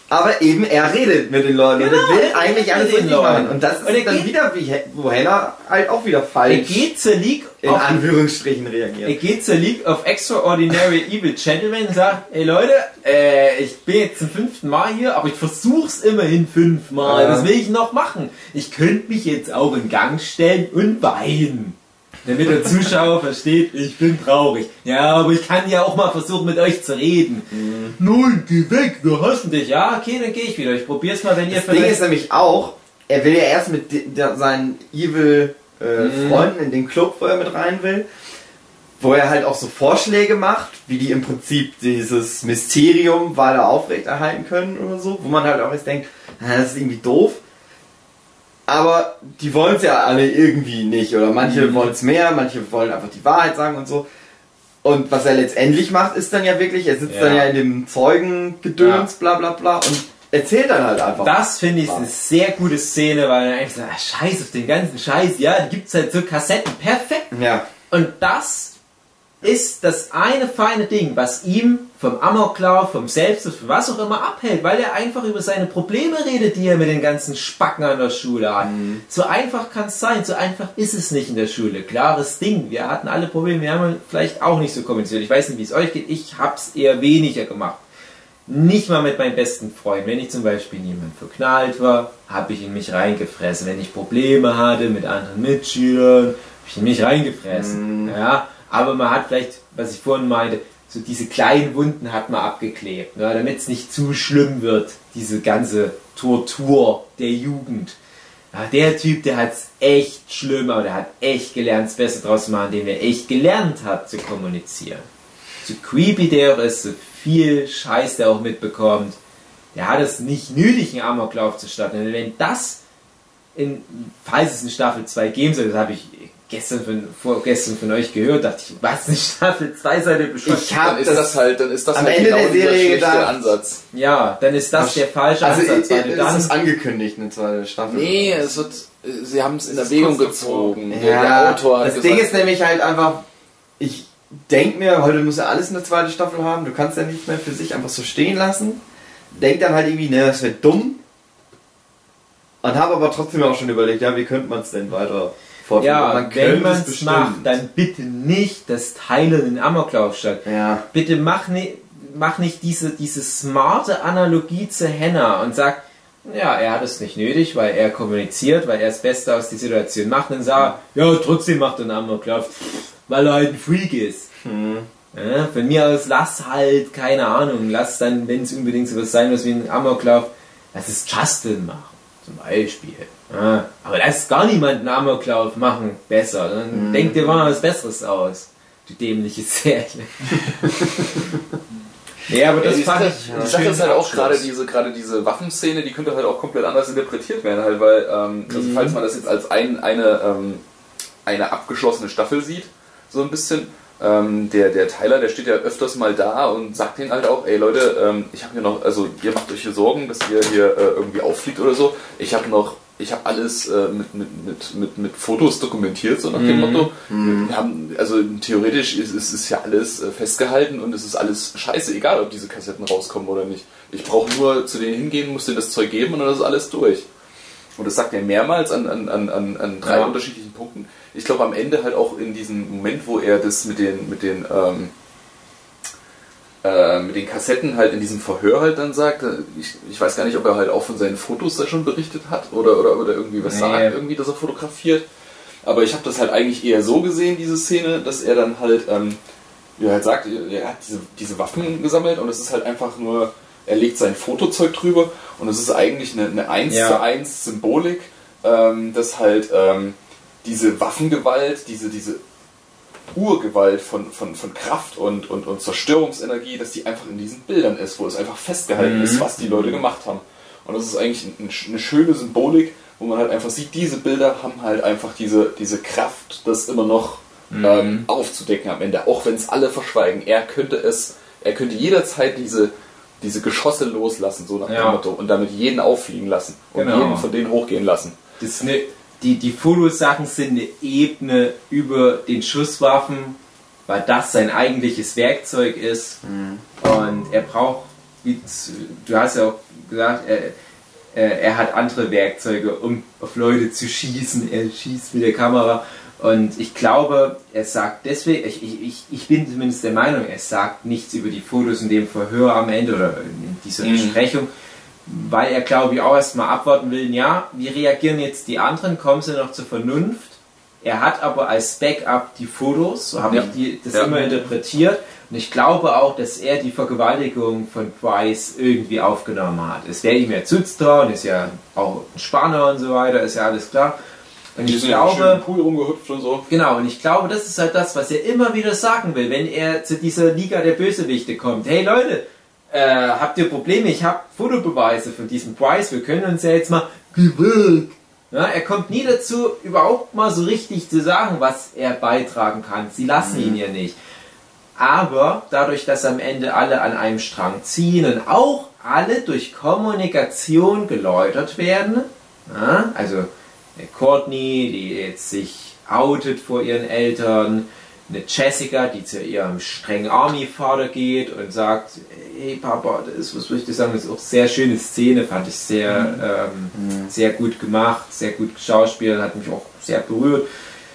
Aber eben, er redet mit den Leuten genau, und er will eigentlich alles richtig machen. Und das ist und dann wieder, wie, wo Hannah halt auch wieder falsch er geht zur League in of, Anführungsstrichen reagiert. Er geht zur League of Extraordinary Evil Gentlemen und sagt, ey Leute, äh, ich bin jetzt zum fünften Mal hier, aber ich versuch's immerhin fünfmal. Ja. Was will ich noch machen? Ich könnte mich jetzt auch in Gang stellen und weinen. Damit der Zuschauer versteht, ich bin traurig. Ja, aber ich kann ja auch mal versuchen, mit euch zu reden. Mhm. Nein, geh weg, wir hassen dich. Ja, okay, dann gehe ich wieder. Ich probier's mal, wenn ihr vielleicht... Das Ding ist nämlich auch, er will ja erst mit de, de, seinen Evil äh, mhm. Freunden in den Club, wo er mit rein will, wo er halt auch so Vorschläge macht, wie die im Prinzip dieses Mysterium weiter aufrechterhalten können oder so, wo man halt auch jetzt denkt, das ist irgendwie doof. Aber die wollen es ja alle irgendwie nicht. Oder manche mhm. wollen es mehr, manche wollen einfach die Wahrheit sagen und so. Und was er letztendlich macht, ist dann ja wirklich, er sitzt ja. dann ja in dem Zeugengedöns, ja. bla bla bla, und erzählt dann halt einfach. Das finde ich eine sehr gute Szene, weil er eigentlich sagt, ah, scheiß auf den ganzen Scheiß, ja, die gibt es halt so Kassetten, perfekt. Ja. Und das ist das eine feine Ding, was ihm vom Amoklauf, vom Selbstschutz, von was auch immer abhält, weil er einfach über seine Probleme redet, die er mit den ganzen Spacken an der Schule hat. Mhm. So einfach kann es sein, so einfach ist es nicht in der Schule. Klares Ding, wir hatten alle Probleme, wir haben vielleicht auch nicht so kommuniziert. Ich weiß nicht, wie es euch geht, ich habe es eher weniger gemacht. Nicht mal mit meinen besten Freunden. Wenn ich zum Beispiel jemand verknallt war, habe ich in mich reingefressen. Wenn ich Probleme hatte mit anderen Mitschülern, habe ich in mich reingefressen. Mhm. Ja. Aber man hat vielleicht, was ich vorhin meinte, so diese kleinen Wunden hat man abgeklebt, ne, damit es nicht zu schlimm wird, diese ganze Tortur der Jugend. Ja, der Typ, der hat es echt schlimm, aber der hat echt gelernt, es besser draus zu machen, indem er echt gelernt hat zu kommunizieren. So creepy der auch ist, so viel Scheiß der auch mitbekommt, der hat es nicht nötig, einen Amoklauf zu starten. Und wenn das, in, falls es in Staffel zwei geben soll, das habe ich gestern von, vorgestern von euch gehört, dachte ich, was, eine Staffel zwei Seite bescheuert. Ich hab dann ist das, das halt, dann ist das am halt Ende genau der Serie gedacht, Ansatz. Ja, dann ist das der falsche also Ansatz. Also ist es angekündigt, eine zweite Staffel? Nee, es wird, sie haben es in Erwägung gezogen. Ja, der Autor hat das gesagt, Ding ist nämlich halt einfach, ich denke mir, heute muss ja alles eine zweite Staffel haben, du kannst ja nicht mehr für sich einfach so stehen lassen. Denk dann halt irgendwie, ne, das wird dumm. Und habe aber trotzdem auch schon überlegt, ja, wie könnte man es denn weiter fortführen? Ja, man wenn man es macht, dann bitte nicht das Teilen in Amoklauf statt. Ja. Bitte mach, ne, mach nicht diese, diese smarte Analogie zu Hannah und sag, ja, er hat es nicht nötig, weil er kommuniziert, weil er das Beste aus der Situation macht, und sagt, ja, trotzdem macht er einen Amoklauf, weil er halt ein Freak ist. Hm. Ja, von mir aus lass halt, keine Ahnung, lass dann, wenn es unbedingt so was sein muss wie ein Amoklauf, lass es Justin machen, zum Beispiel. Ja, aber lass gar niemanden Amoklauf machen, besser. Dann mhm. denk dir mal was Besseres aus, du dämliche Serie. Ja, aber das ja, fand ich. Die Sache ist halt auch gerade diese, gerade diese Waffenszene, die könnte halt auch komplett anders interpretiert werden, halt, weil, ähm, also mhm. falls man das jetzt als ein, eine, ähm, eine abgeschlossene Staffel sieht, so ein bisschen. Ähm, der, der Tyler, der steht ja öfters mal da und sagt denen halt auch, ey Leute, ähm, ich habe hier noch, also ihr macht euch hier Sorgen, dass ihr hier äh, irgendwie auffliegt oder so. Ich habe noch, ich habe alles äh, mit, mit, mit, mit, mit Fotos dokumentiert, so nach dem mhm. Motto. Mhm. Wir haben, also theoretisch ist, ist, ist ja alles äh, festgehalten und es ist alles scheiße, egal ob diese Kassetten rauskommen oder nicht. Ich brauche nur zu denen hingehen, muss denen das Zeug geben und dann ist alles durch. Und das sagt er mehrmals an, an, an, an drei ja. unterschiedlichen Punkten. Ich glaube am Ende halt auch in diesem Moment, wo er das mit den, mit den, ähm, äh, mit den Kassetten halt in diesem Verhör halt dann sagt, ich, ich weiß gar nicht, ob er halt auch von seinen Fotos da schon berichtet hat oder, oder, oder irgendwie was nee. sagt, irgendwie, dass er fotografiert. Aber ich habe das halt eigentlich eher so gesehen, diese Szene, dass er dann halt, ähm, wie er halt sagt, er hat diese, diese Waffen gesammelt und es ist halt einfach nur, er legt sein Fotozeug drüber und es ist eigentlich eine, eine eins zu eins Symbolik, ähm, dass halt ähm, diese Waffengewalt, diese, diese Urgewalt von, von, von Kraft und, und, und Zerstörungsenergie, dass die einfach in diesen Bildern ist, wo es einfach festgehalten mhm. ist, was die Leute gemacht haben. Und das ist eigentlich ein, eine schöne Symbolik, wo man halt einfach sieht, diese Bilder haben halt einfach diese, diese Kraft, das immer noch mhm. ähm, aufzudecken am Ende, auch wenn es alle verschweigen. Er könnte es, er könnte jederzeit diese diese Geschosse loslassen, so nach ja. dem Motto, und damit jeden auffliegen lassen und genau. jeden von denen hochgehen lassen. Das ne, die, die Fotosachen sind eine Ebene über den Schusswaffen, weil das sein eigentliches Werkzeug ist mhm. und er braucht du hast ja auch gesagt, er, er hat andere Werkzeuge, um auf Leute zu schießen. Er schießt mit der Kamera. Und ich glaube, er sagt deswegen, ich, ich, ich bin zumindest der Meinung, er sagt nichts über die Fotos in dem Verhör am Ende oder in dieser mhm. Besprechung, weil er, glaube ich, auch erstmal abwarten will, ja, wie reagieren jetzt die anderen, kommen sie noch zur Vernunft? Er hat aber als Backup die Fotos, so habe ja. ich die, das ja. immer interpretiert. Und ich glaube auch, dass er die Vergewaltigung von Price irgendwie aufgenommen hat. Es wäre ihm ja zuzutrauen, ist ja auch ein Spanner und so weiter, ist ja alles klar. Und ich glaube, ja im Pool rumgehüpft und so. Genau, und ich glaube, das ist halt das, was er immer wieder sagen will, wenn er zu dieser Liga der Bösewichte kommt. Hey Leute, äh, habt ihr Probleme? Ich habe Fotobeweise von diesem Price, wir können uns ja jetzt mal gewirkt. Ja, er kommt nie dazu, überhaupt mal so richtig zu sagen, was er beitragen kann. Sie lassen mhm. ihn ja nicht. Aber dadurch, dass am Ende alle an einem Strang ziehen und auch alle durch Kommunikation geläutert werden, ja, also eine Courtney, die jetzt sich outet vor ihren Eltern, eine Jessica, die zu ihrem strengen Army-Vater geht und sagt, hey Papa, das ist, was würde ich dir sagen, das ist auch eine sehr schöne Szene, fand ich sehr, mhm. ähm, mhm. sehr gut gemacht, sehr gut geschauspielt, hat mich auch sehr berührt.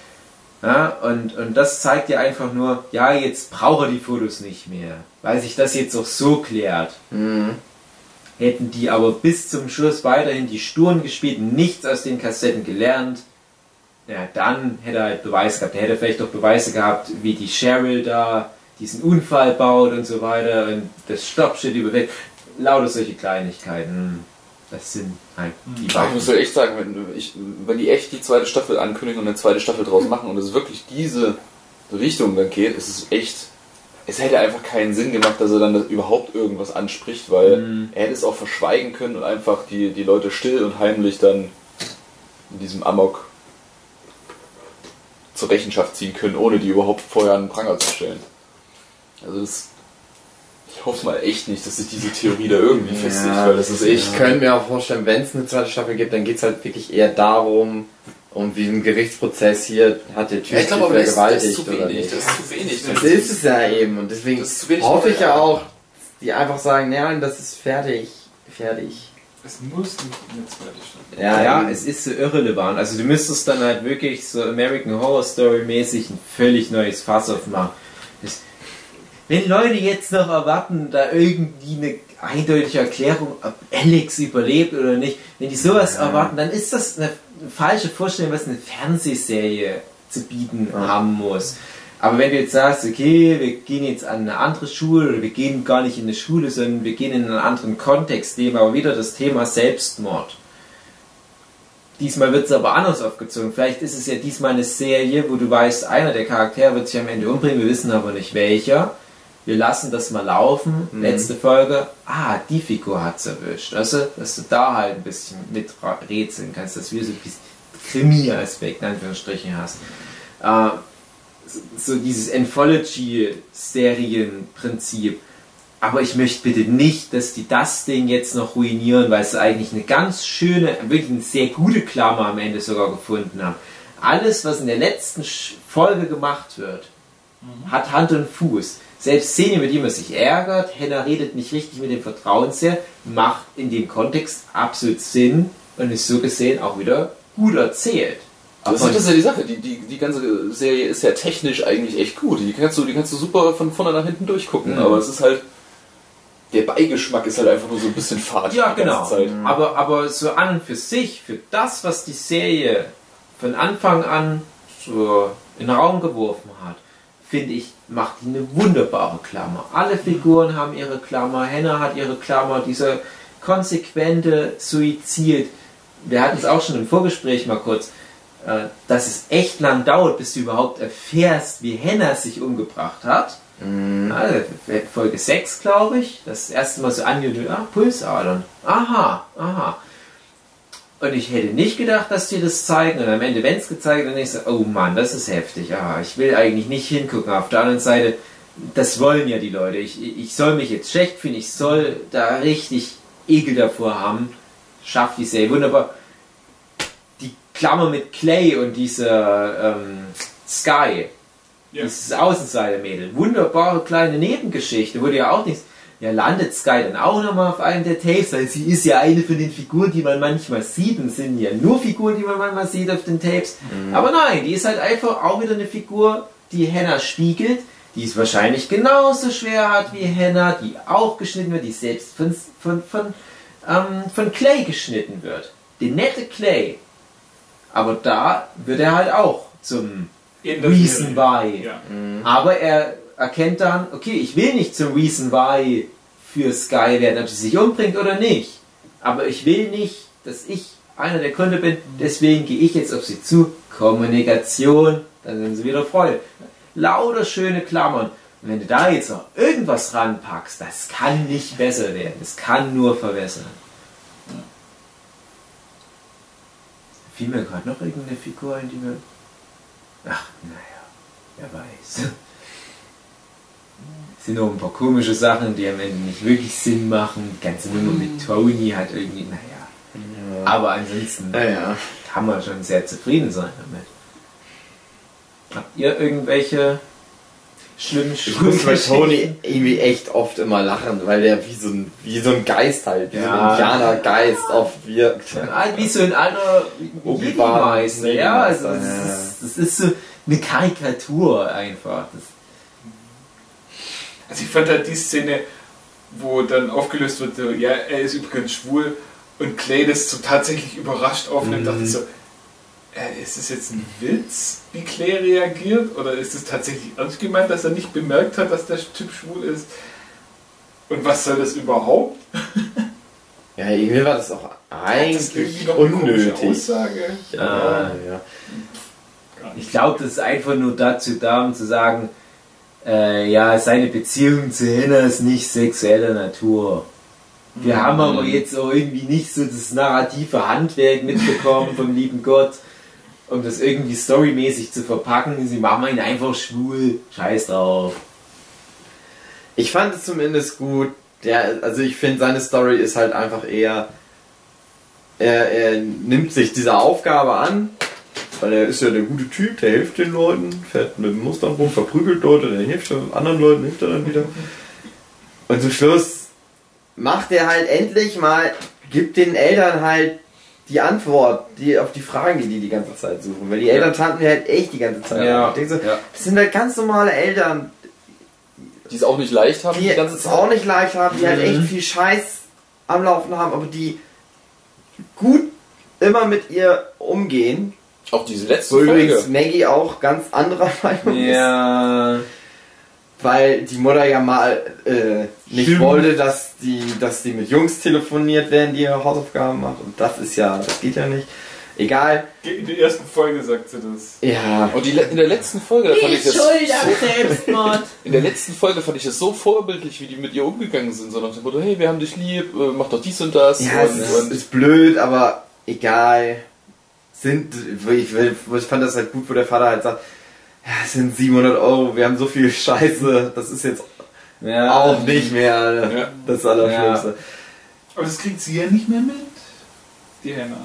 Ja, und, und das zeigt ja einfach nur, ja, jetzt braucht er die Fotos nicht mehr, weil sich das jetzt auch so klärt. Mhm. Hätten die aber bis zum Schluss weiterhin die Sturen gespielt, nichts aus den Kassetten gelernt, ja, dann hätte er halt Beweis gehabt. Er hätte vielleicht auch Beweise gehabt, wie die Cheryl da diesen Unfall baut und so weiter und das Stoppschild überweg. Lauter solche Kleinigkeiten. Das sind halt die beiden. Ich muss ja echt sagen, wenn, ich, wenn die echt die zweite Staffel ankündigen und eine zweite Staffel draus machen und es wirklich diese Richtung dann geht, ist es echt... Es hätte einfach keinen Sinn gemacht, dass er dann das überhaupt irgendwas anspricht, weil mm. er hätte es auch verschweigen können und einfach die, die Leute still und heimlich dann in diesem Amok zur Rechenschaft ziehen können, ohne die überhaupt vorher einen Pranger zu stellen. Also das, ich hoffe mal echt nicht, dass sich diese Theorie da irgendwie ja, festigt, weil das ist echt... Ich könnte mir auch vorstellen, wenn es eine zweite Staffel gibt, dann geht es halt wirklich eher darum, und wie im Gerichtsprozess hier hat der Typ ja, ich glaube, aber vergewaltigt. Das ist zu wenig. Das ist zu wenig. Das ist es ja eben. Und deswegen hoffe ich ja auch, die einfach sagen, nein, das ist fertig. Fertig. Es muss nicht eine zweite Staffel. Ja, ja, es ist so irrelevant. Also du müsstest dann halt wirklich so American Horror Story mäßig ein völlig neues Fass aufmachen. Das, wenn Leute jetzt noch erwarten, da irgendwie eine eindeutige Erklärung, ob Alex überlebt oder nicht, wenn die sowas ja. erwarten, dann ist das eine falsche Vorstellung, was eine Fernsehserie zu bieten ja. haben muss. Aber wenn du jetzt sagst, okay, wir gehen jetzt an eine andere Schule oder wir gehen gar nicht in eine Schule, sondern wir gehen in einen anderen Kontext, nehmen aber wieder das Thema Selbstmord. Diesmal wird es aber anders aufgezogen. Vielleicht ist es ja diesmal eine Serie, wo du weißt, einer der Charaktere wird sich am Ende umbringen, wir wissen aber nicht welcher. Wir lassen das mal laufen. Mhm. Letzte Folge, ah, die Figur hat's erwischt. Weißt du, dass du da halt ein bisschen mit rätseln kannst, dass du so ein bisschen Krimi-Aspekt in Anführungsstrichen hast. Äh, so dieses Anthology-Serien-Prinzip. Aber ich möchte bitte nicht, dass die das Ding jetzt noch ruinieren, weil sie eigentlich eine ganz schöne, wirklich eine sehr gute Klammer am Ende sogar gefunden haben. Alles, was in der letzten Folge gemacht wird, mhm. hat Hand und Fuß. Selbst Szene, mit die man sich ärgert, Hannah redet nicht richtig mit dem Vertrauensherr, macht in dem Kontext absolut Sinn und ist so gesehen auch wieder gut erzählt. Das ist, das ist ja die Sache, die, die, die ganze Serie ist ja technisch eigentlich echt gut. Die kannst du, die kannst du super von vorne nach hinten durchgucken, mhm. aber es ist halt, der Beigeschmack ist halt einfach nur so ein bisschen fad. Ja, genau. Zeit. Aber, aber so an und für sich, für das, was die Serie von Anfang an so in den Raum geworfen hat, finde ich, macht die eine wunderbare Klammer. Alle Figuren haben ihre Klammer, Hannah hat ihre Klammer, dieser konsequente Suizid. Wir hatten es auch schon im Vorgespräch mal kurz, dass es echt lang dauert, bis du überhaupt erfährst, wie Hannah sich umgebracht hat. Mhm. Also Folge sechs, glaube ich, das erste Mal so angedeutet, ah, Pulsadern. Aha, aha. Und ich hätte nicht gedacht, dass die das zeigen. Und am Ende, wenn es gezeigt wird, dann ist so, oh Mann, das ist heftig. Ah, ich will eigentlich nicht hingucken. Auf der anderen Seite, das wollen ja die Leute. Ich, ich soll mich jetzt schlecht fühlen. Ich soll da richtig Ekel davor haben. Schafft die Serie wunderbar. Die Klammer mit Clay und dieser ähm, Sky. Ja. Dieses Außenseiter-Mädel. Wunderbare kleine Nebengeschichte. Wurde ja auch nichts. ja, landet Sky dann auch nochmal auf einem der Tapes, weil sie ist ja eine von den Figuren, die man manchmal sieht, und sind ja nur Figuren, die man manchmal sieht auf den Tapes. Mhm. Aber nein, die ist halt einfach auch wieder eine Figur, die Hannah spiegelt, die es wahrscheinlich genauso schwer hat wie Hannah, die auch geschnitten wird, die selbst von, von, von, ähm, von Clay geschnitten wird. Der nette Clay. Aber da wird er halt auch zum Reason Why. Ja. Mhm. Aber er erkennt dann, okay, ich will nicht zum Reason Why für Sky werden, ob sie sich umbringt oder nicht. Aber ich will nicht, dass ich einer der Gründe bin, deswegen gehe ich jetzt auf sie zu. Kommunikation, dann sind sie wieder Freude. Lauter schöne Klammern. Und wenn du da jetzt noch irgendwas ranpackst, das kann nicht besser werden. Das kann nur verwässern. Ja. Fiel mir gerade noch irgendeine Figur ein, die mir... Ach, naja, wer weiß. Es sind noch ein paar komische Sachen, die am Ende nicht wirklich Sinn machen. Die ganze Nummer mit Tony hat irgendwie, naja. Ja. Aber ansonsten ja, ja. kann man schon sehr zufrieden sein damit. Habt ihr irgendwelche schlimmen Schuhe? Ich muss bei Tony irgendwie echt oft immer lachen, weil der wie so ein, wie so ein Geist halt, wie ja. so ein Indianergeist oft wirkt. Ja, wie so ein alter Jedi-Meister. Ja, also das, ja. Ist, das ist so eine Karikatur einfach. Das also ich fand halt die Szene, wo dann aufgelöst wird, so, ja, er ist übrigens schwul, und Clay das so tatsächlich überrascht aufnimmt, mhm. dachte ich so, äh, ist das jetzt ein Witz, wie Clay reagiert, oder ist es tatsächlich ernst gemeint, dass er nicht bemerkt hat, dass der Typ schwul ist? Und was soll das überhaupt? Ja, irgendwie war das auch eigentlich das unnötig. Aussage. Ja, ja. Ich glaube, das ist einfach nur dazu da, um zu sagen, Äh, ja, seine Beziehung zu Hannah ist nicht sexueller Natur. Wir mhm. haben aber jetzt auch irgendwie nicht so das narrative Handwerk mitbekommen vom lieben Gott, um das irgendwie storymäßig zu verpacken. Sie machen ihn einfach schwul. Scheiß drauf. Ich fand es zumindest gut. Ja, also ich finde, seine Story ist halt einfach eher, er, er nimmt sich dieser Aufgabe an, weil er ist ja der gute Typ, der hilft den Leuten, fährt mit dem Mustang rum, verprügelt Leute, der hilft anderen Leuten, hilft er dann wieder. Und zum Schluss macht er halt endlich mal, gibt den Eltern halt die Antwort die auf die Fragen, die die die ganze Zeit suchen. Weil die Eltern tanten halt echt die ganze Zeit. Ja. Ich denke so, ja. Das sind halt ganz normale Eltern, die es auch nicht leicht haben, die, die ganze Zeit. auch nicht leicht haben, die mhm. halt echt viel Scheiß am Laufen haben, aber die gut immer mit ihr umgehen. Auch diese letzte Wo Folge. Übrigens Maggie auch ganz anderer Meinung ja. ist. Weil die Mutter ja mal äh, nicht Stimmt. wollte, dass die, dass die mit Jungs telefoniert werden, die ihre Hausaufgaben macht. Und das ist ja, das geht ja nicht. Egal. In der ersten Folge sagt sie das. Ja. Und die, in der letzten Folge da fand ich das Schuld am Selbstmord. In der letzten Folge fand ich es so vorbildlich, wie die mit ihr umgegangen sind. So nach dem Motto, hey, wir haben dich lieb, mach doch dies und das. Ja, und, es und ist blöd, aber egal. Sind, ich, ich fand das halt gut, wo der Vater halt sagt, ja, es sind siebenhundert Euro, wir haben so viel Scheiße, das ist jetzt ja, auch nicht mehr ja. das Allerschlimmste. Ja. Aber das kriegt sie ja nicht mehr mit, die Hannah.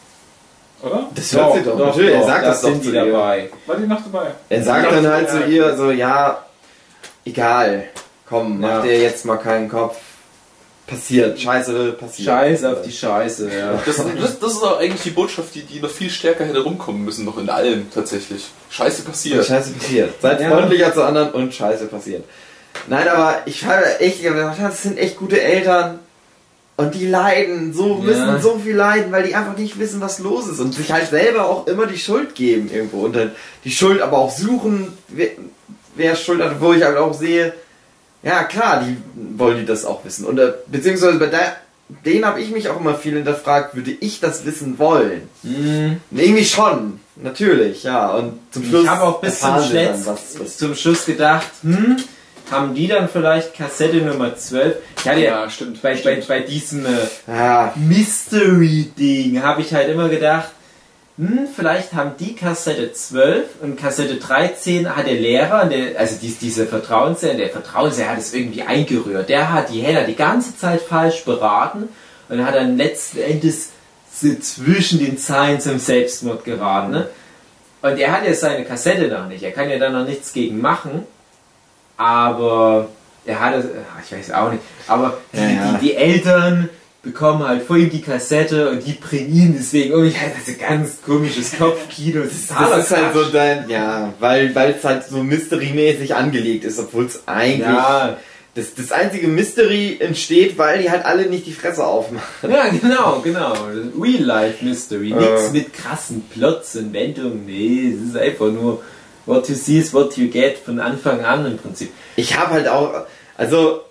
Oder? Das hört sie doch, doch natürlich, er sagt das, das doch zu ihr. Dabei. War die noch dabei? Er sagt dann halt zu ihr so, ja, egal, komm, mach ja. dir jetzt mal keinen Kopf. Passiert, Scheiße passiert. Scheiße auf die Scheiße, ja. Das, das, das ist auch eigentlich die Botschaft, die, die noch viel stärker hätte rumkommen müssen, noch in allem tatsächlich. Scheiße passiert. Scheiße passiert. Seid ja. freundlicher zu anderen und Scheiße passiert. Nein, aber ich habe echt gedacht, das sind echt gute Eltern und die leiden, so müssen ja. so viel leiden, weil die einfach nicht wissen, was los ist und sich halt selber auch immer die Schuld geben irgendwo und dann die Schuld aber auch suchen, wer, wer Schuld hat, wo ich halt auch sehe, ja klar, die wollen die das auch wissen. Und äh, beziehungsweise bei der, denen habe ich mich auch immer viel hinterfragt, würde ich das wissen wollen? Mhm. Irgendwie schon, natürlich, ja. Und zum Schluss ich habe auch bis zum, Schletz, was, was zum Schluss gedacht, hm, haben die dann vielleicht Kassette Nummer zwölf? Ich hatte ja, ja stimmt, bei, stimmt. Bei, bei diesem äh, ja. Mystery-Ding habe ich halt immer gedacht, hm, vielleicht haben die Kassette zwölf und Kassette dreizehn hat der Lehrer, der, also dies, diese Vertrauenslehrer, der Vertrauenslehrer hat es irgendwie eingerührt. Der hat die Hannah die ganze Zeit falsch beraten und hat dann letzten Endes so zwischen den Zeilen zum Selbstmord geraten. Ne? Und er hat ja seine Kassette noch nicht, er kann ja da noch nichts gegen machen, aber er hatte, ich weiß auch nicht, aber die, ja, ja. Die, die Eltern bekommen halt vor ihm die Kassette und die bringen ihn deswegen um. Ich hatte so ganz komisches Kopfkino. Das ist, das ist halt so dein, ja, weil es halt so mystery-mäßig angelegt ist, obwohl es eigentlich... Ja. Das, das einzige Mystery entsteht, weil die halt alle nicht die Fresse aufmachen. Ja, genau, genau. Real-Life-Mystery. Äh. Nichts mit krassen Plots und Wendungen. Nee, es ist einfach nur what you see is what you get von Anfang an im Prinzip. Ich habe halt auch, also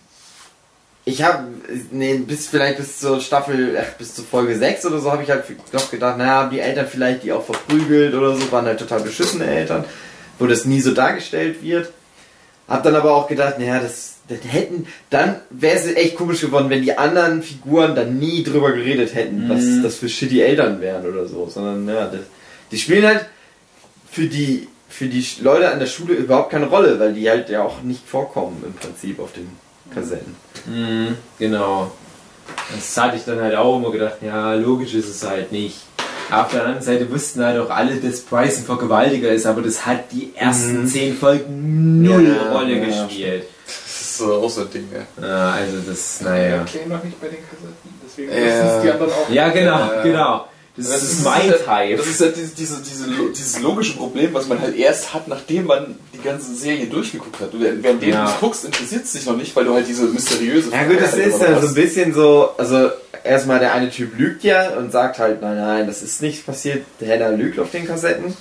ich habe, nee, bis vielleicht bis zur Staffel, ach, bis zur Folge sechs oder so habe ich halt doch gedacht, naja, die Eltern vielleicht, die auch verprügelt oder so, waren halt total beschissene Eltern, wo das nie so dargestellt wird. Hab dann aber auch gedacht, naja, das Das hätten, dann wäre es echt komisch geworden, wenn die anderen Figuren dann nie drüber geredet hätten, mm. was das für shitty Eltern wären oder so, sondern ja, das, die spielen halt für die für die Leute an der Schule überhaupt keine Rolle, weil die halt ja auch nicht vorkommen im Prinzip auf den Kassetten. Mm, genau. Das hatte ich dann halt auch immer gedacht, ja, logisch ist es halt nicht. Auf der anderen Seite wussten halt auch alle, dass Bryce ein Vergewaltiger ist, aber das hat die ersten mm. zehn Folgen null ja, Rolle ja, gespielt. Das ist auch so ein Ding, ja. Ja, also das, naja. Ja, Clay noch nicht bei den Kassetten, deswegen wissen es die anderen auch. Ja, genau, äh, genau. Das, das ist, ist mein Teil. Das ist ja diese, diese, diese, dieses logische Problem, was man halt erst hat, nachdem man die ganze Serie durchgeguckt hat. Während ja. du es guckst, interessiert es dich noch nicht, weil du halt diese mysteriöse... Ja gut, das ist ja so ein bisschen so, also erstmal der eine Typ lügt ja und sagt halt, nein, nein, das ist nicht passiert, der Hannah lügt auf den Kassetten.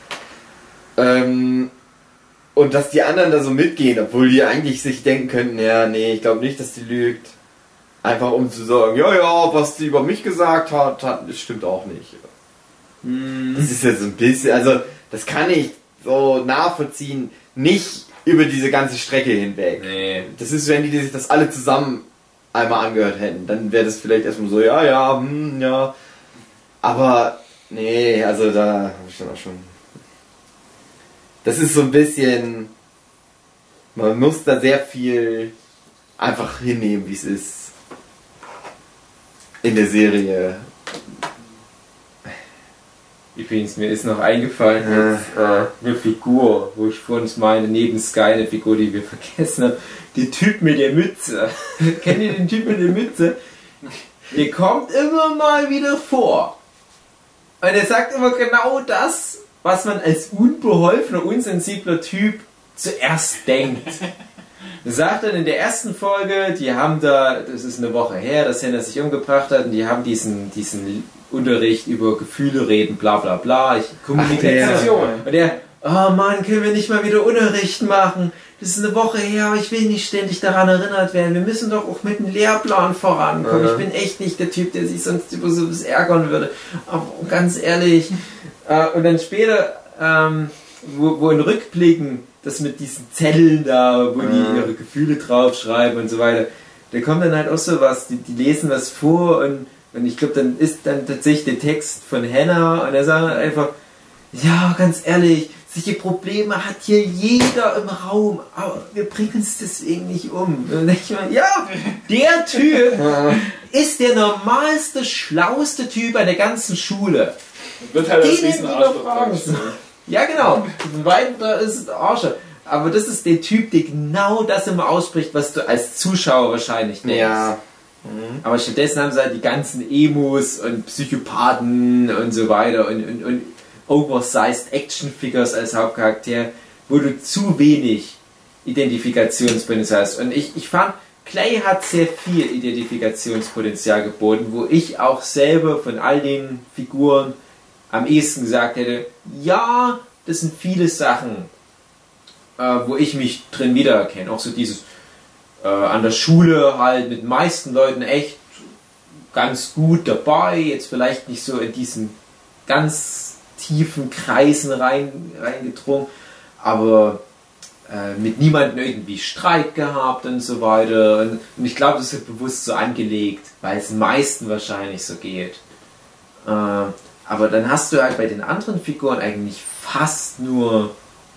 Ähm... Und dass die anderen da so mitgehen, obwohl die eigentlich sich denken könnten, ja, nee, ich glaube nicht, dass die lügt. Einfach um zu sagen, ja, ja, was die über mich gesagt hat, hat das stimmt auch nicht. Mm. Das ist ja so ein bisschen, also das kann ich so nachvollziehen, nicht über diese ganze Strecke hinweg. Nee. Das ist, wenn die sich das alle zusammen einmal angehört hätten, dann wäre das vielleicht erstmal so, ja, ja, hm, ja. Aber, nee, also da habe ich dann auch schon... Das ist so ein bisschen, man muss da sehr viel einfach hinnehmen, wie es ist in der Serie. Übrigens, mir ist noch eingefallen, ja. jetzt, äh, eine Figur, wo ich vorhin meine, neben Sky eine Figur, die wir vergessen haben, der Typ mit der Mütze. Kennt ihr den Typ mit der Mütze? Der kommt immer mal wieder vor. Und er sagt immer genau das, was man als unbeholfener, unsensibler Typ zuerst denkt. Er sagt dann in der ersten Folge, die haben da, das ist eine Woche her, dass Hannah sich umgebracht hat, und die haben diesen, diesen Unterricht über Gefühle reden, bla bla bla, ich, Kommunikation. Ach, und er, oh Mann, können wir nicht mal wieder Unterricht machen? Das ist eine Woche her, aber ich will nicht ständig daran erinnert werden. Wir müssen doch auch mit dem Lehrplan vorankommen. Mhm. Ich bin echt nicht der Typ, der sich sonst über sowas ärgern würde. Aber ganz ehrlich... Und dann später, ähm, wo, wo in Rückblicken, das mit diesen Zetteln da, wo die ihre Gefühle draufschreiben und so weiter, da kommt dann halt auch so was, die, die lesen was vor und, und ich glaube, dann ist dann tatsächlich der Text von Hannah und er sagt halt einfach, ja, ganz ehrlich, solche Probleme hat hier jeder im Raum, aber wir bringen es deswegen nicht um. Und dann denke ich mir, ja, der Typ ist der normalste, schlauste Typ an der ganzen Schule. Wird halt als riesen Arschloch. Ja, genau. Weiter ist Arsch. Aber das ist der Typ, der genau das immer ausspricht, was du als Zuschauer wahrscheinlich denkst. Ja. Mhm. Aber stattdessen haben sie halt die ganzen Emos und Psychopathen und so weiter und, und, und oversized Action-Figures als Hauptcharakter, wo du zu wenig Identifikationspotenzial hast. Und ich, ich fand, Clay hat sehr viel Identifikationspotenzial geboten, wo ich auch selber von all den Figuren am ehesten gesagt hätte, ja, das sind viele Sachen, äh, wo ich mich drin wiedererkenne. Auch so dieses äh, an der Schule halt mit den meisten Leuten echt ganz gut dabei, jetzt vielleicht nicht so in diesen ganz tiefen Kreisen rein, reingedrungen, aber äh, mit niemandem irgendwie Streit gehabt und so weiter. Und, und ich glaube, das ist bewusst so angelegt, weil es den meisten wahrscheinlich so geht. Äh, Aber dann hast du halt bei den anderen Figuren eigentlich fast nur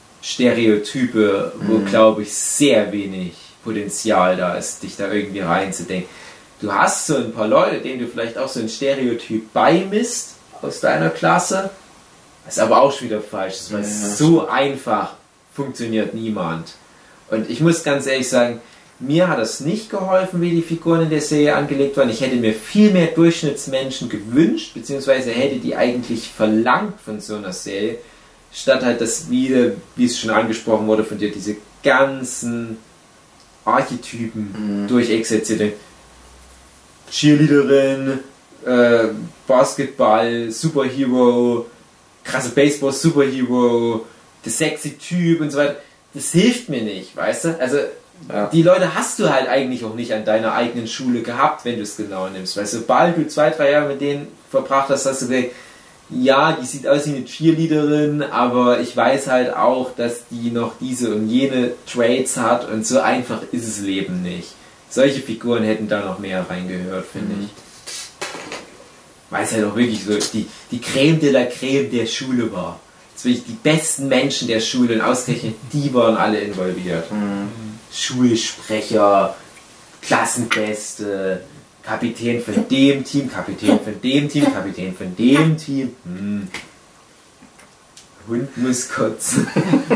Stereotype, wo, mhm. glaube ich, sehr wenig Potenzial da ist, dich da irgendwie reinzudenken. Du hast so ein paar Leute, denen du vielleicht auch so ein Stereotyp beimisst aus deiner Klasse, was aber auch schon wieder falsch ist, weil ja, so einfach funktioniert niemand. Und ich muss ganz ehrlich sagen, mir hat es nicht geholfen, wie die Figuren in der Serie angelegt waren. Ich hätte mir viel mehr Durchschnittsmenschen gewünscht, beziehungsweise hätte die eigentlich verlangt von so einer Serie, statt halt das wieder, wie es schon angesprochen wurde von dir, diese ganzen Archetypen mhm. durchexerzierte. Cheerleaderin, äh, Basketball, Superhero, krasse Baseball-Superhero, der sexy Typ und so weiter. Das hilft mir nicht, weißt du? Also ja. Die Leute hast du halt eigentlich auch nicht an deiner eigenen Schule gehabt, wenn du es genau nimmst. Weil sobald du zwei, drei Jahre mit denen verbracht hast, hast du gesagt, ja, die sieht aus wie eine Cheerleaderin, aber ich weiß halt auch, dass die noch diese und jene Traits hat und so einfach ist das Leben nicht. Solche Figuren hätten da noch mehr reingehört, finde mhm. ich. Weil es halt auch wirklich so die, die Creme de la Creme der Schule war. Das wirklich die besten Menschen der Schule und ausgerechnet die waren alle involviert. Mhm. Schulsprecher, Klassenbeste, Kapitän von dem Team, Kapitän von dem Team, Kapitän von dem Team. Hm. Hund muss kotzen.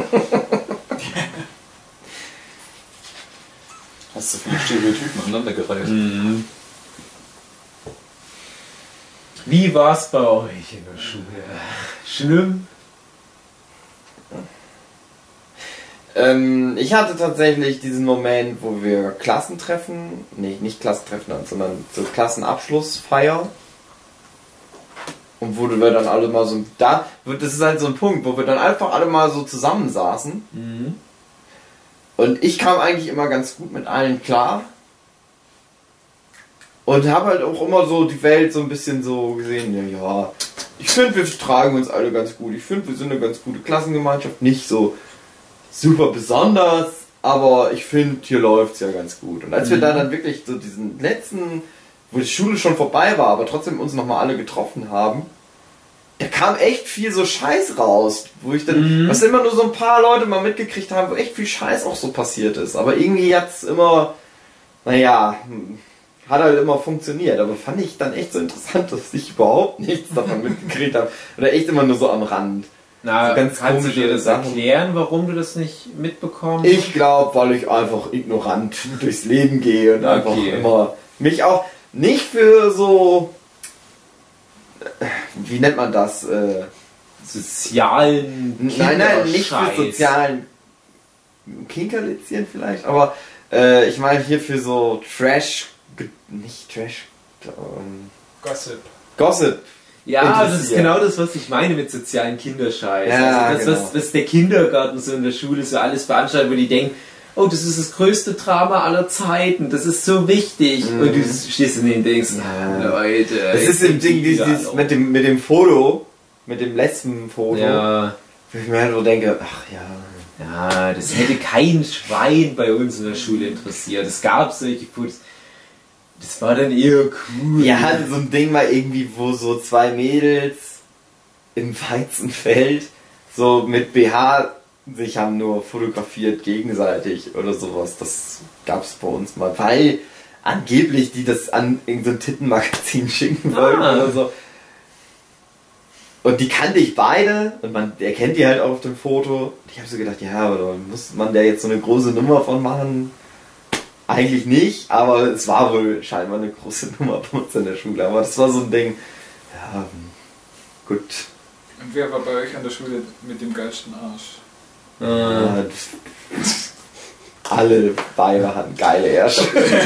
Hast du viele Stereotypen aneinandergereiht? Mhm. Wie war's bei euch in der Schule? Schlimm? Ähm, ich hatte tatsächlich diesen Moment, wo wir Klassentreffen, nee, nicht Klassentreffen, sondern so Klassenabschlussfeier. Und wo wir dann alle mal so, da, das ist halt so ein Punkt, wo wir dann einfach alle mal so zusammensaßen. Mhm. Und ich kam eigentlich immer ganz gut mit allen klar. Und habe halt auch immer so die Welt so ein bisschen so gesehen, ja, ja, ich finde, wir tragen uns alle ganz gut. Ich finde, wir sind eine ganz gute Klassengemeinschaft. Nicht so super besonders, aber ich finde, hier läuft's ja ganz gut. Und als mhm. wir da dann wirklich so diesen letzten, wo die Schule schon vorbei war, aber trotzdem uns nochmal alle getroffen haben, da kam echt viel so Scheiß raus, wo ich dann, mhm. was immer nur so ein paar Leute mal mitgekriegt haben, wo echt viel Scheiß auch so passiert ist. Aber irgendwie hat's immer, naja, hat halt immer funktioniert. Aber fand ich dann echt so interessant, dass ich überhaupt nichts davon mitgekriegt habe. Oder echt immer nur so am Rand. Na, so ganz kannst du dir das Sachen erklären, warum du das nicht mitbekommst? Ich glaube, weil ich einfach ignorant durchs Leben gehe und okay. einfach immer mich auch nicht für so, wie nennt man das? Äh, sozialen Nein, nein, nicht für sozialen Kinkerlitzchen vielleicht, aber äh, ich meine hier für so Trash, nicht Trash, ähm, Gossip. Gossip. Ja, das ist genau das, was ich meine mit sozialen Kinderscheiß. Ja, also das, genau. was, was der Kindergarten so in der Schule so alles veranstaltet, wo die denken, oh, das ist das größte Drama aller Zeiten, das ist so wichtig. Mhm. Und du stehst in den denkst, ja, Leute. Das ist im Ding dieses, mit dem, mit dem Foto, mit dem Lesbenfoto, ja. wo ich mir halt so denke, ach ja. Ja, das hätte kein Schwein bei uns in der Schule interessiert. Es gab solche Fotos. Das war dann eher cool. Wir hatten so ein Ding mal irgendwie, wo so zwei Mädels im Weizenfeld so mit B H sich haben nur fotografiert gegenseitig oder sowas. Das gab's bei uns mal, weil angeblich die das an irgendein Tittenmagazin schicken wollten ah. oder so. Und die kannte ich beide und man erkennt die halt auch auf dem Foto. Ich habe so gedacht, ja, oder muss man da jetzt so eine große Nummer von machen? Eigentlich nicht, aber es war wohl scheinbar eine große Nummer bei uns in der Schule. Aber das war so ein Ding, ja, gut. Und wer war bei euch an der Schule mit dem geilsten Arsch? Ja, das, alle Weiber hatten geile Ärsche.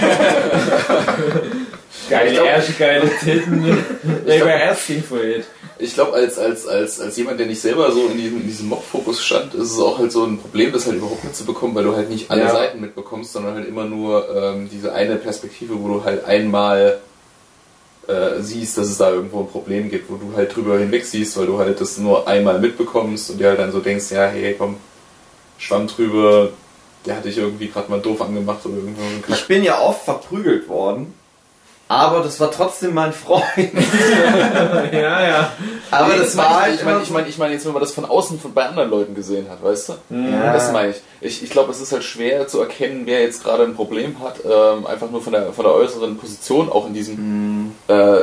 Geile glaub, Ärsche, geile Titten. Ich war asking for it. Ich glaube, als, als, als, als jemand, der nicht selber so in diesem, in diesem Mob-Fokus stand, ist es auch halt so ein Problem, das halt überhaupt mitzubekommen, weil du halt nicht alle ja. Seiten mitbekommst, sondern halt immer nur ähm, diese eine Perspektive, wo du halt einmal äh, siehst, dass es da irgendwo ein Problem gibt, wo du halt drüber hinweg siehst, weil du halt das nur einmal mitbekommst und dir halt dann so denkst, ja, hey, komm, Schwamm drüber, der hat dich irgendwie gerade mal doof angemacht oder irgendwo. Ich bin ja oft verprügelt worden. Aber das war trotzdem mein Freund. ja, ja. Aber nee, das, das war halt. Ich meine, ich meine, ich meine jetzt, wenn man das von außen von, bei anderen Leuten gesehen hat, weißt du? Ja. Das meine ich. Ich, ich glaube, es ist halt schwer zu erkennen, wer jetzt gerade ein Problem hat. Ähm, einfach nur von der, von der äußeren Position, auch in diesem mhm. äh,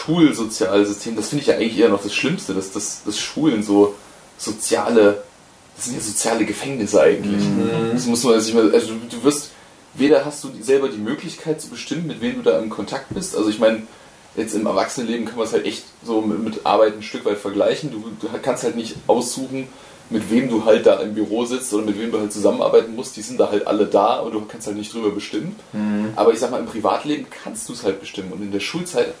Schulsozialsystem. Das finde ich ja eigentlich eher noch das Schlimmste, dass das, das Schulen so soziale das sind ja soziale Gefängnisse eigentlich. Mhm. Das muss man sich mal, also du, du wirst, weder hast du selber die Möglichkeit zu bestimmen, mit wem du da im Kontakt bist. Also ich meine, jetzt im Erwachsenenleben kann man es halt echt so mit, mit Arbeit ein Stück weit vergleichen. Du, du kannst halt nicht aussuchen, mit wem du halt da im Büro sitzt oder mit wem du halt zusammenarbeiten musst. Die sind da halt alle da und du kannst halt nicht drüber bestimmen. Mhm. Aber ich sag mal, im Privatleben kannst du es halt bestimmen. Und in der Schulzeit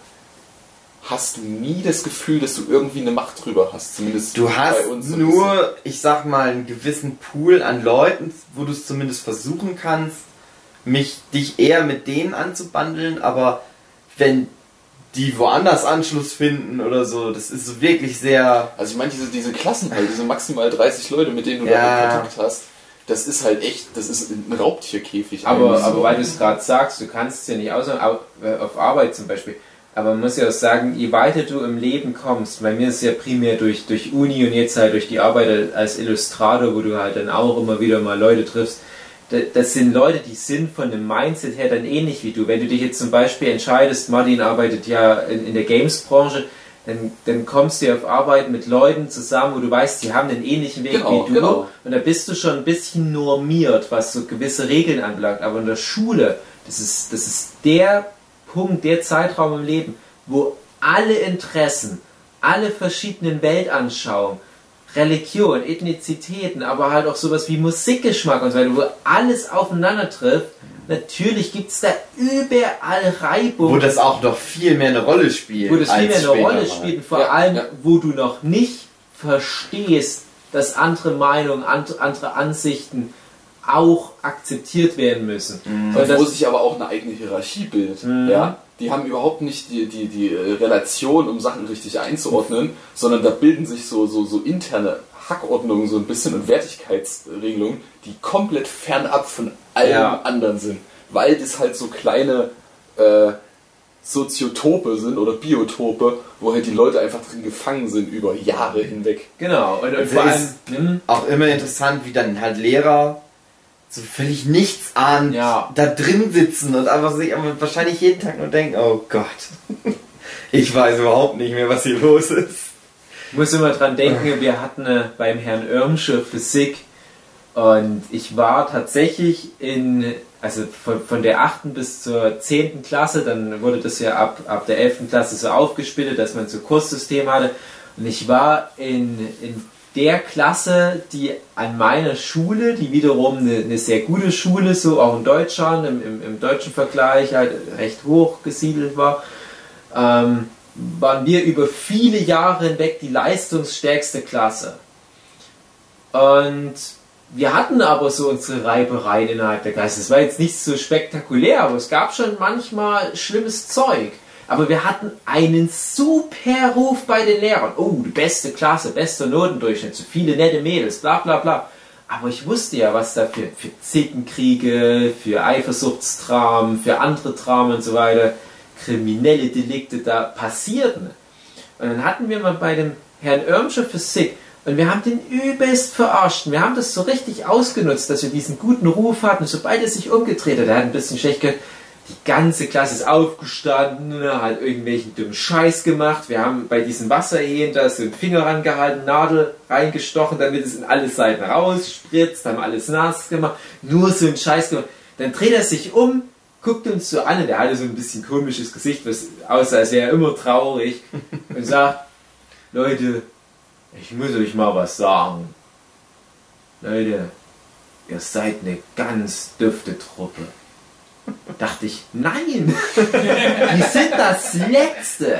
hast du nie das Gefühl, dass du irgendwie eine Macht drüber hast. Zumindest du hast bei uns nur, ich sag mal, einen gewissen Pool an Leuten, wo du es zumindest versuchen kannst, mich, dich eher mit denen anzubandeln, aber wenn die woanders Anschluss finden oder so, das ist so wirklich sehr... Also ich meine, diese, diese Klassen halt, diese maximal dreißig Leute, mit denen du ja. da Kontakt hast, das ist halt echt, das ist ein Raubtierkäfig. Aber, aber so. Weil du es gerade sagst, du kannst es ja nicht aussagen, auf Arbeit zum Beispiel, aber man muss ja auch sagen, je weiter du im Leben kommst, bei mir ist es ja primär durch, durch Uni und jetzt halt durch die Arbeit als Illustrator, wo du halt dann auch immer wieder mal Leute triffst, das sind Leute, die sind von dem Mindset her dann ähnlich wie du. Wenn du dich jetzt zum Beispiel entscheidest, Martin arbeitet ja in, in der Games-Branche, dann, dann kommst du ja auf Arbeit mit Leuten zusammen, wo du weißt, die haben einen ähnlichen Weg genau, wie du. Genau. Und da bist du schon ein bisschen normiert, was so gewisse Regeln anbelangt. Aber in der Schule, das ist, das ist der Punkt, der Zeitraum im Leben, wo alle Interessen, alle verschiedenen Weltanschauungen, Religion, Ethnizitäten, aber halt auch sowas wie Musikgeschmack und so weiter, wo alles aufeinander trifft. Natürlich gibt es da überall Reibung. Wo das auch noch viel mehr eine Rolle spielt. Wo das viel mehr eine Rolle spielt und vor ja, allem, ja. wo du noch nicht verstehst, dass andere Meinungen, andere Ansichten auch akzeptiert werden müssen. Mhm. Und wo sich aber auch eine eigene Hierarchie bildet. Mhm. Ja? Die haben überhaupt nicht die, die, die Relation, um Sachen richtig einzuordnen, sondern da bilden sich so, so, so interne Hackordnungen so ein bisschen und Wertigkeitsregelungen, die komplett fernab von allem ja. anderen sind. Weil das halt so kleine äh, Soziotope sind oder Biotope, wo halt die Leute einfach drin gefangen sind über Jahre hinweg. Genau. Und, und vor allem mh. auch immer interessant, wie dann halt Lehrer so völlig nichts ahnen, ja. da drin sitzen und einfach sich aber wahrscheinlich jeden Tag nur denken, oh Gott, ich weiß überhaupt nicht mehr, was hier los ist. Ich muss immer dran denken, wir hatten äh, beim Herrn Irmsche Physik und ich war tatsächlich in, also von, von der achten bis zur zehnten Klasse, dann wurde das ja ab, ab der elften Klasse so aufgesplittet, dass man so Kurssystem hatte und ich war in, in der Klasse, die an meiner Schule, die wiederum eine, eine sehr gute Schule, so auch in Deutschland, im, im, im deutschen Vergleich halt recht hoch gesiedelt war, ähm, waren wir über viele Jahre hinweg die leistungsstärkste Klasse. Und wir hatten aber so unsere Reibereien innerhalb der Klasse. Es war jetzt nicht so spektakulär, aber es gab schon manchmal schlimmes Zeug. Aber wir hatten einen super Ruf bei den Lehrern. Oh, die beste Klasse, bester Notendurchschnitt, so viele nette Mädels, bla bla bla. Aber ich wusste ja, was da für, für Zickenkriege, für Eifersuchtstramen, für andere Dramen und so weiter, kriminelle Delikte da passierten. Und dann hatten wir mal bei dem Herrn Irmsche Physik, und wir haben den übelst verarscht. Wir haben das so richtig ausgenutzt, dass wir diesen guten Ruf hatten. Sobald er sich umgedreht hat, er hat ein bisschen schlecht gehört, die ganze Klasse ist aufgestanden, hat irgendwelchen dummen Scheiß gemacht. Wir haben bei diesen Wasserhähnen da so einen Finger rangehalten, Nadel reingestochen, damit es in alle Seiten rausspritzt, haben alles nass gemacht, nur so einen Scheiß gemacht. Dann dreht er sich um, guckt uns so an und der hatte so ein bisschen komisches Gesicht, was aussah, als wäre er immer traurig und sagt, Leute, ich muss euch mal was sagen. Leute, ihr seid eine ganz dufte Truppe. Dachte ich, nein, wir sind das Letzte.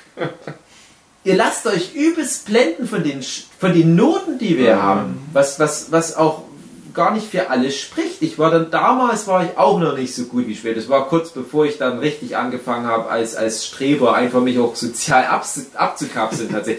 Ihr lasst euch übelst blenden von den, von den Noten, die wir haben, was, was, was auch gar nicht für alle spricht. Ich war dann damals, war ich auch noch nicht so gut wie später. Das war kurz bevor ich dann richtig angefangen habe, als, als Streber einfach mich auch sozial abzukapseln tatsächlich.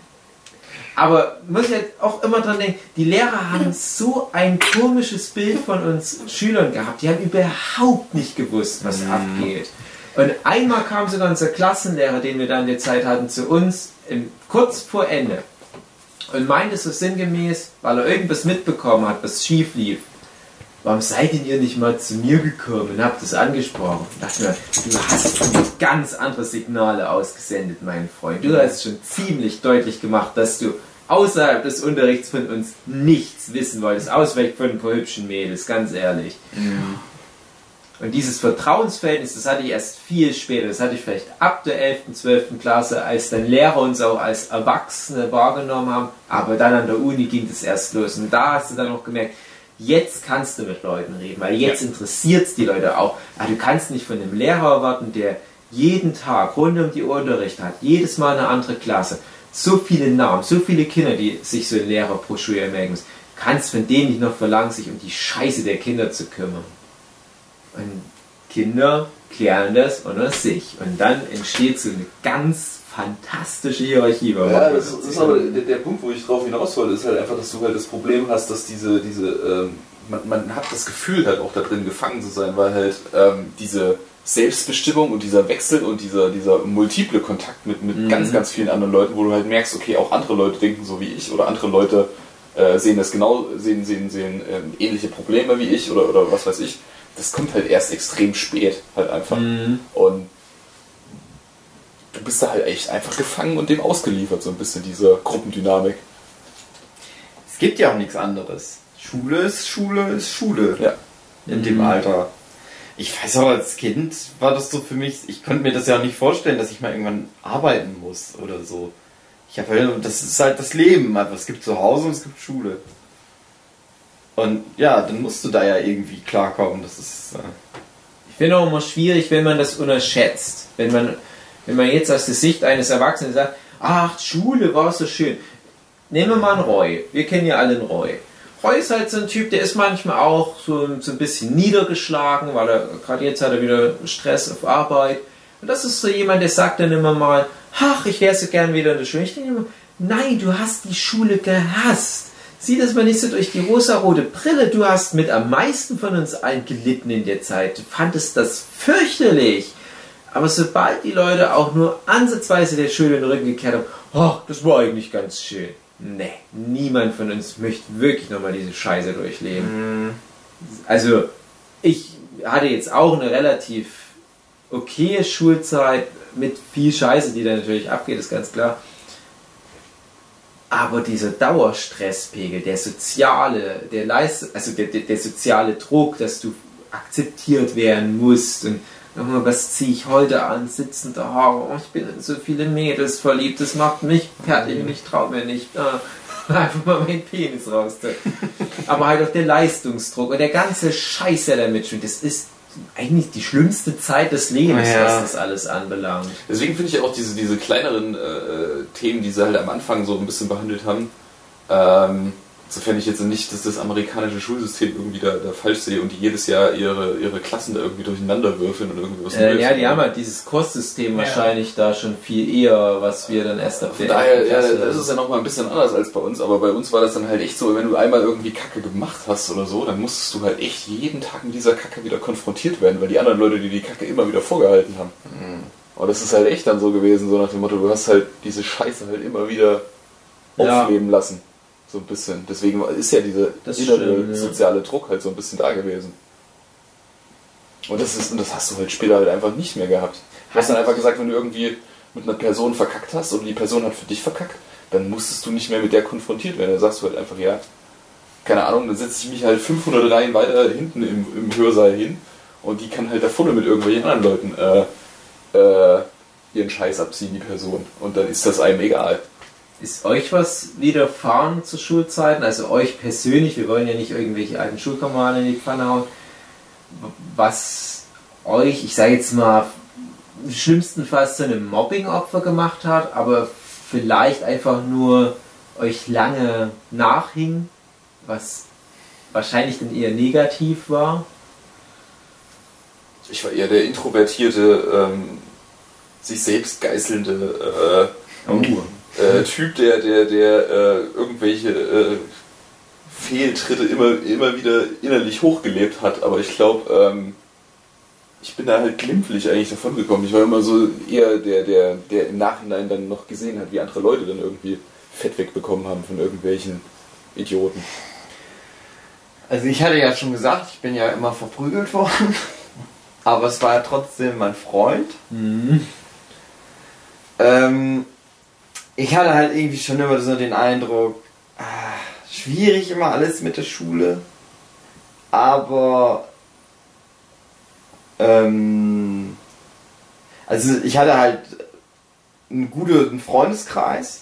Aber muss ich halt auch immer dran denken, die Lehrer haben so ein komisches Bild von uns Schülern gehabt. Die haben überhaupt nicht gewusst, was mm. abgeht. Und einmal kam sogar unser Klassenlehrer, den wir dann in der Zeit hatten, zu uns, im, kurz vor Ende. Und meinte so sinngemäß, weil er irgendwas mitbekommen hat, was schief lief. Warum seid denn ihr nicht mal zu mir gekommen und habt das angesprochen? Ich dachte mir, du hast ganz andere Signale ausgesendet, mein Freund. Du hast schon ziemlich deutlich gemacht, dass du außerhalb des Unterrichts von uns nichts wissen wolltest, ausweg von ein paar hübschen Mädels, ganz ehrlich. Mhm. Und dieses Vertrauensverhältnis, das hatte ich erst viel später, das hatte ich vielleicht ab der elften, zwölften Klasse, als dann Lehrer uns auch als Erwachsene wahrgenommen haben, aber dann an der Uni ging das erst los. Und da hast du dann noch gemerkt, jetzt kannst du mit Leuten reden, weil jetzt ja. interessiert es die Leute auch. Aber du kannst nicht von einem Lehrer erwarten, der jeden Tag rund um die Uhr Unterricht hat, jedes Mal eine andere Klasse, so viele Namen, so viele Kinder, die sich so eine Lehrerbroschüre merken müssen, kannst von denen nicht noch verlangen, sich um die Scheiße der Kinder zu kümmern. Und Kinder klären das unter sich. Und dann entsteht so eine ganz fantastische Hierarchie. Ja, das ist aber der, der Punkt, wo ich drauf hinaus wollte, ist halt einfach, dass du halt das Problem hast, dass diese, diese ähm, man, man hat das Gefühl halt auch da drin gefangen zu sein, weil halt ähm, diese Selbstbestimmung und dieser Wechsel und dieser, dieser multiple Kontakt mit, mit mhm. ganz, ganz vielen anderen Leuten, wo du halt merkst, okay, auch andere Leute denken so wie ich oder andere Leute äh, sehen das genau, sehen, sehen, sehen äh, ähnliche Probleme wie ich oder, oder was weiß ich. Das kommt halt erst extrem spät halt einfach. Mhm. Und du bist da halt echt einfach gefangen und dem ausgeliefert, so ein bisschen diese Gruppendynamik. Es gibt ja auch nichts anderes. Schule ist Schule ist Schule. Ja. In mhm. dem Alter. Ich weiß auch, als Kind war das so für mich, ich konnte mir das ja auch nicht vorstellen, dass ich mal irgendwann arbeiten muss oder so. Ich habe, das ist halt das Leben einfach. Es gibt zu Hause und es gibt Schule. Und ja, dann musst du da ja irgendwie klarkommen. Das ist. Äh ich finde auch immer schwierig, wenn man das unterschätzt. Wenn man, wenn man jetzt aus der Sicht eines Erwachsenen sagt, ach, Schule war so schön. Nehmen wir mal einen Roy. Wir kennen ja alle einen Roy. Roy ist halt so ein Typ, der ist manchmal auch so, so ein bisschen niedergeschlagen, weil er gerade jetzt hat er wieder Stress auf Arbeit. Und das ist so jemand, der sagt dann immer mal, ach, ich wäre so gern wieder in der Schule. Ich denke immer, nein, du hast die Schule gehasst. Sieh das mal nicht so durch die rosarote Brille. Du hast mit am meisten von uns allen gelitten in der Zeit. Du fandest das fürchterlich. Aber sobald die Leute auch nur ansatzweise der Schule in den Rücken gekehrt haben, oh, das war eigentlich ganz schön. Nee, niemand von uns möchte wirklich nochmal diese Scheiße durchleben. Mhm. Also, ich hatte jetzt auch eine relativ okaye Schulzeit mit viel Scheiße, die da natürlich abgeht, ist ganz klar. Aber dieser Dauerstresspegel, der soziale, der Leist, also der, der, der soziale Druck, dass du akzeptiert werden musst und nochmal, was ziehe ich heute an, sitzende Haare, oh, ich bin in so viele Mädels verliebt, das macht mich fertig und ich traue mir nicht, ah, einfach mal meinen Penis raus. Aber halt auch der Leistungsdruck und der ganze Scheiß, der da mitschwingt, das ist eigentlich die schlimmste Zeit des Lebens, ja. was das alles anbelangt. Deswegen finde ich auch diese, diese kleineren äh, Themen, die sie halt am Anfang so ein bisschen behandelt haben, ähm, sofern ich jetzt nicht, dass das amerikanische Schulsystem irgendwie da, da falsch sehe und die jedes Jahr ihre, ihre Klassen da irgendwie durcheinander würfeln und irgendwie was äh, Neues. Ja, die haben halt dieses Kurssystem ja. wahrscheinlich da schon viel eher, was wir dann erst auf der daher, ja, das ist ja nochmal ein bisschen anders als bei uns, aber bei uns war das dann halt echt so, wenn du einmal irgendwie Kacke gemacht hast oder so, dann musstest du halt echt jeden Tag mit dieser Kacke wieder konfrontiert werden, weil die anderen Leute, die die Kacke immer wieder vorgehalten haben. Mhm. Und das ist halt echt dann so gewesen, so nach dem Motto, du hast halt diese Scheiße halt immer wieder ja. aufleben lassen. So ein bisschen. Deswegen ist ja dieser innere soziale Druck halt so ein bisschen da gewesen. Und das ist, und das hast du halt später halt einfach nicht mehr gehabt. Du hast dann einfach gesagt, wenn du irgendwie mit einer Person verkackt hast oder die Person hat für dich verkackt, dann musstest du nicht mehr mit der konfrontiert werden. Dann sagst du halt einfach, ja, keine Ahnung, dann setze ich mich halt fünfhundert Reihen weiter hinten im, im Hörsaal hin und die kann halt da vorne mit irgendwelchen anderen Leuten äh, äh, ihren Scheiß abziehen, die Person. Und dann ist das einem egal. Ist euch was widerfahren zu Schulzeiten? Also euch persönlich, wir wollen ja nicht irgendwelche alten Schulkameraden in die Pfanne hauen, was euch, ich sage jetzt mal, schlimmstenfalls zu einem Mobbing-Opfer gemacht hat, aber vielleicht einfach nur euch lange nachhing, was wahrscheinlich dann eher negativ war? Ich war eher der introvertierte, ähm, sich selbst geißelnde äh, oh. Äh, Typ, der, der, der äh, irgendwelche äh, Fehltritte immer, immer wieder innerlich hochgelebt hat. Aber ich glaube, ähm, ich bin da halt glimpflich eigentlich davon gekommen. Ich war immer so eher der, der, der im Nachhinein dann noch gesehen hat, wie andere Leute dann irgendwie Fett wegbekommen haben von irgendwelchen Idioten. Also ich hatte ja schon gesagt, ich bin ja immer verprügelt worden. Aber es war ja trotzdem mein Freund. Mhm. Ähm... ich hatte halt irgendwie schon immer so den Eindruck, ah, schwierig immer alles mit der Schule, aber ähm, also ich hatte halt einen guten Freundeskreis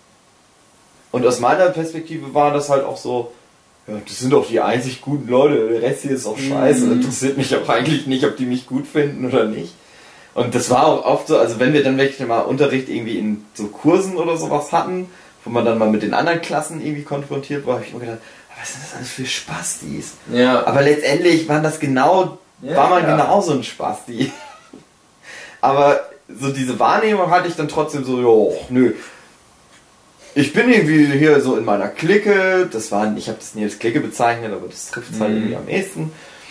und aus meiner Perspektive war das halt auch so, ja, das sind doch die einzig guten Leute, der Rest hier ist auch scheiße, interessiert mich auch eigentlich nicht, ob die mich gut finden oder nicht. Und das war auch oft so, also wenn wir dann wirklich mal Unterricht irgendwie in so Kursen oder sowas hatten, wo man dann mal mit den anderen Klassen irgendwie konfrontiert war, habe ich mir gedacht, was sind das alles für Spastis? Ja. Aber letztendlich waren das genau, ja, war man ja. genauso ein Spasti. Aber so diese Wahrnehmung hatte ich dann trotzdem so, jo, nö. Ich bin irgendwie hier so in meiner Clique, das war, ich habe das nie als Clique bezeichnet, aber das trifft es halt mhm. irgendwie am ehesten.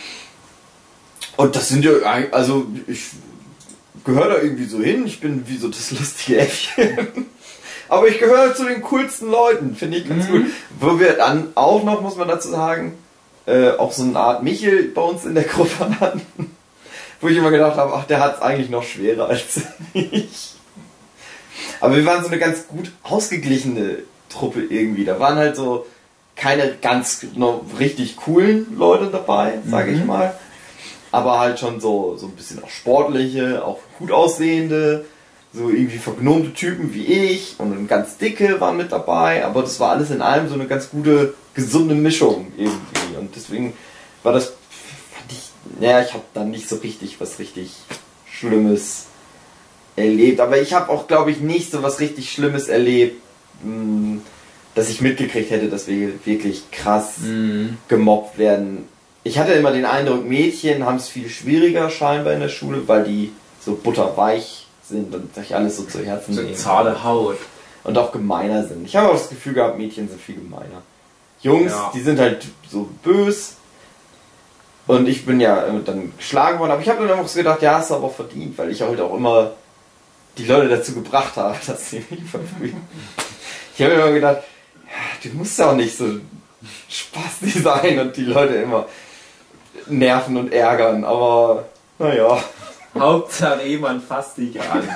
Und das sind ja, also ich gehöre da irgendwie so hin, ich bin wie so das lustige Äffchen. Aber ich gehöre zu den coolsten Leuten, finde ich ganz mhm. gut. Wo wir dann auch noch, muss man dazu sagen, äh, auch so eine Art Michel bei uns in der Gruppe hatten. Wo ich immer gedacht habe, ach, der hat es eigentlich noch schwerer als ich. Aber wir waren so eine ganz gut ausgeglichene Truppe irgendwie. Da waren halt so keine ganz noch richtig coolen Leute dabei, sage mhm. ich mal. Aber halt schon so, so ein bisschen auch sportliche, auch gut aussehende, so irgendwie vergnomte Typen wie ich und ganz dicke waren mit dabei. Aber das war alles in allem so eine ganz gute, gesunde Mischung irgendwie. Und deswegen war das, fand ich, naja, ich habe dann nicht so richtig was richtig Schlimmes erlebt. Aber ich habe auch, glaube ich, nicht so was richtig Schlimmes erlebt, mh, dass ich mitgekriegt hätte, dass wir wirklich krass mhm. gemobbt werden. Ich hatte immer den Eindruck, Mädchen haben es viel schwieriger scheinbar in der Schule, weil die so butterweich sind und sich alles so zu Herzen nehmen. So zarte Haut. Und auch gemeiner sind. Ich habe auch das Gefühl gehabt, Mädchen sind viel gemeiner. Jungs, ja. die sind halt so bös. Und ich bin ja dann geschlagen worden. Aber ich habe dann auch so gedacht, ja, hast du aber verdient, weil ich halt auch immer die Leute dazu gebracht habe, dass sie mich verprügeln. Ich habe immer gedacht, ja, du musst ja auch nicht so Spasti sein und die Leute immer nerven und ärgern, aber naja. Hauptsache jemand fasst dich an.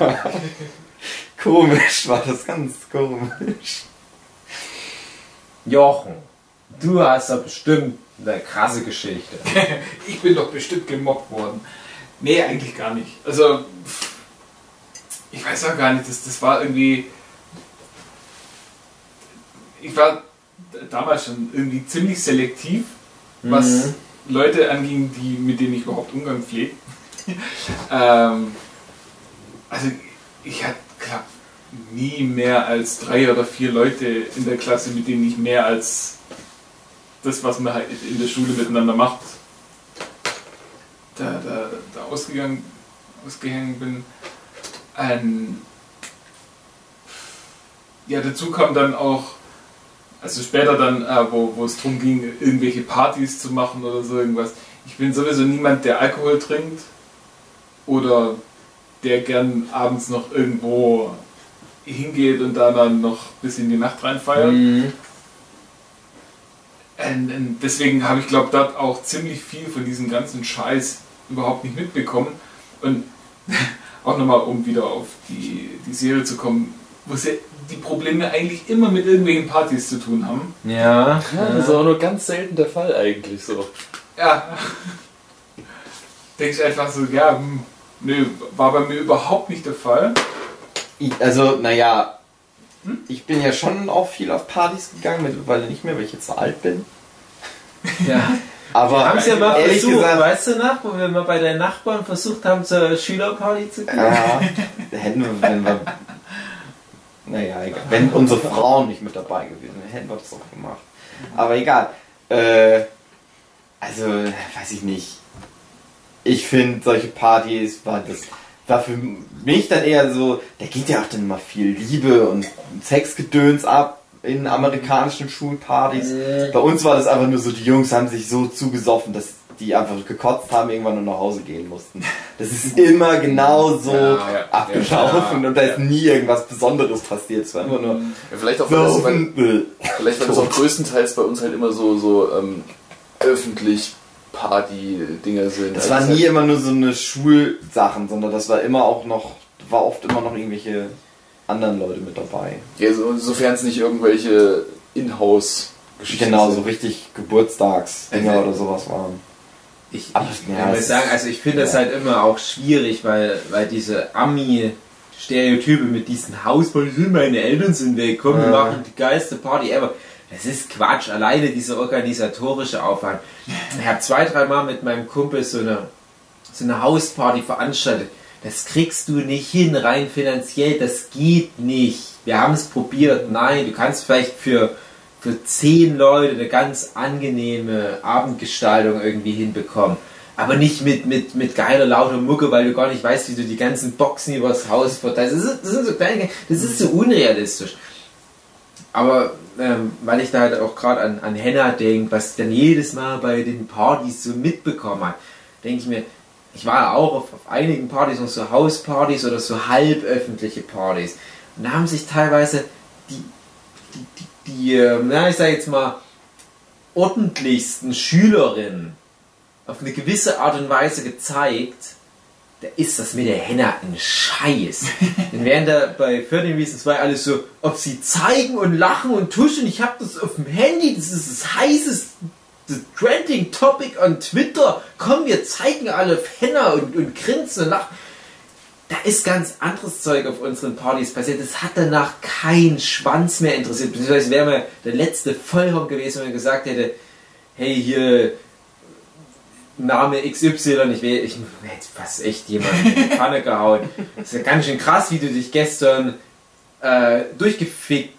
Komisch war das, ganz komisch. Jochen, du hast doch bestimmt eine krasse Geschichte. Ich bin doch bestimmt gemobbt worden. Nee, eigentlich gar nicht. Also, ich weiß auch gar nicht, das, das war irgendwie... Ich war damals schon irgendwie ziemlich selektiv, was mhm. Leute anging, die, mit denen ich überhaupt Umgang pflege. ähm, also ich hatte glaub, nie mehr als drei oder vier Leute in der Klasse, mit denen ich mehr als das, was man halt in der Schule miteinander macht, da, da, da ausgegangen, ausgegangen bin. Ähm, ja, dazu kam dann auch, also später dann, äh, wo, wo es darum ging, irgendwelche Partys zu machen oder so irgendwas. Ich bin sowieso niemand, der Alkohol trinkt oder der gern abends noch irgendwo hingeht und da dann noch bis in die Nacht reinfeiert. Mhm. Und, und deswegen habe ich, glaube dort auch ziemlich viel von diesem ganzen Scheiß überhaupt nicht mitbekommen. Und auch nochmal, um wieder auf die, die Serie zu kommen, wo sie die Probleme eigentlich immer mit irgendwelchen Partys zu tun haben. Ja, ja, das ist auch nur ganz selten der Fall eigentlich so. Ja. Denkst einfach so, ja, hm, nö, war bei mir überhaupt nicht der Fall. Ich, also, naja, hm? ich bin ja schon auch viel auf Partys gegangen, mittlerweile nicht mehr, weil ich jetzt so alt bin. Ja. Aber wir haben es ja mal versucht, gesagt, weißt du noch, wo wir mal bei den Nachbarn versucht haben, zur Schülerparty zu gehen? Ja, hätten wir, wenn wir naja, egal. Wenn unsere Frauen nicht mit dabei gewesen wären, hätten wir das auch gemacht. Aber egal. Äh, also, weiß ich nicht. Ich finde, solche Partys war das war für mich dann eher so, da geht ja auch dann immer viel Liebe und Sexgedöns ab in amerikanischen Schulpartys. Äh. Bei uns war das einfach nur so, die Jungs haben sich so zugesoffen, dass die einfach gekotzt haben, irgendwann nur nach Hause gehen mussten. Das ist immer genau so ja, ja, abgelaufen ja, und da ist nie irgendwas Besonderes passiert. Es war immer nur... Ja, vielleicht auch, weil das, weil, vielleicht weil das auch größtenteils bei uns halt immer so, so ähm, öffentlich Party-Dinger sind. Es war nie halt immer nur so eine Schulsachen, sondern das war immer auch noch, war oft immer noch irgendwelche anderen Leute mit dabei. Ja, so, sofern es nicht irgendwelche Inhouse-Geschichten Genau, sind. So richtig Geburtstagsdinger also, oder sowas waren. Ich, Aber, ich ja, muss sagen, also ich finde ja. das halt immer auch schwierig, weil, weil diese Ami-Stereotype mit diesen Hauspartys, meine Eltern sind weg, komm, wir ja. machen die geilste Party ever. Das ist Quatsch, alleine dieser organisatorische Aufwand. Ich habe zwei, drei Mal mit meinem Kumpel so eine, so eine Hausparty veranstaltet. Das kriegst du nicht hin, rein finanziell, das geht nicht. Wir haben es probiert, nein, du kannst vielleicht für, für zehn Leute eine ganz angenehme Abendgestaltung irgendwie hinbekommen. Aber nicht mit, mit, mit geiler, lauter Mucke, weil du gar nicht weißt, wie du die ganzen Boxen übers Haus verteilst. Das, ist, das sind so kleine, das ist so unrealistisch. Aber ähm, weil ich da halt auch gerade an, an Henna denke, was ich dann jedes Mal bei den Partys so mitbekommen habe, denke ich mir, ich war ja auch auf, auf einigen Partys, noch so Hauspartys oder so halböffentliche Partys. Und da haben sich teilweise die, die, die, die äh, na, ich sage jetzt mal, ordentlichsten Schülerinnen auf eine gewisse Art und Weise gezeigt, da ist das mit der Henna ein Scheiß. Dann wären da bei vierzehn Reasons zwei alles so, ob sie zeigen und lachen und tuschen, ich habe das auf dem Handy, das ist das heißeste Trending Topic on Twitter, komm, wir zeigen alle Henna und, und grinsen und lachen. Da ist ganz anderes Zeug auf unseren Partys passiert, das hat danach keinen Schwanz mehr interessiert, beziehungsweise wäre mir der letzte Vollhorn gewesen, wenn er gesagt hätte, hey, hier Name X Y, ich will, ich hätte fast echt jemanden in die Pfanne gehauen. Das ist ja ganz schön krass, wie du dich gestern äh, durchgefickt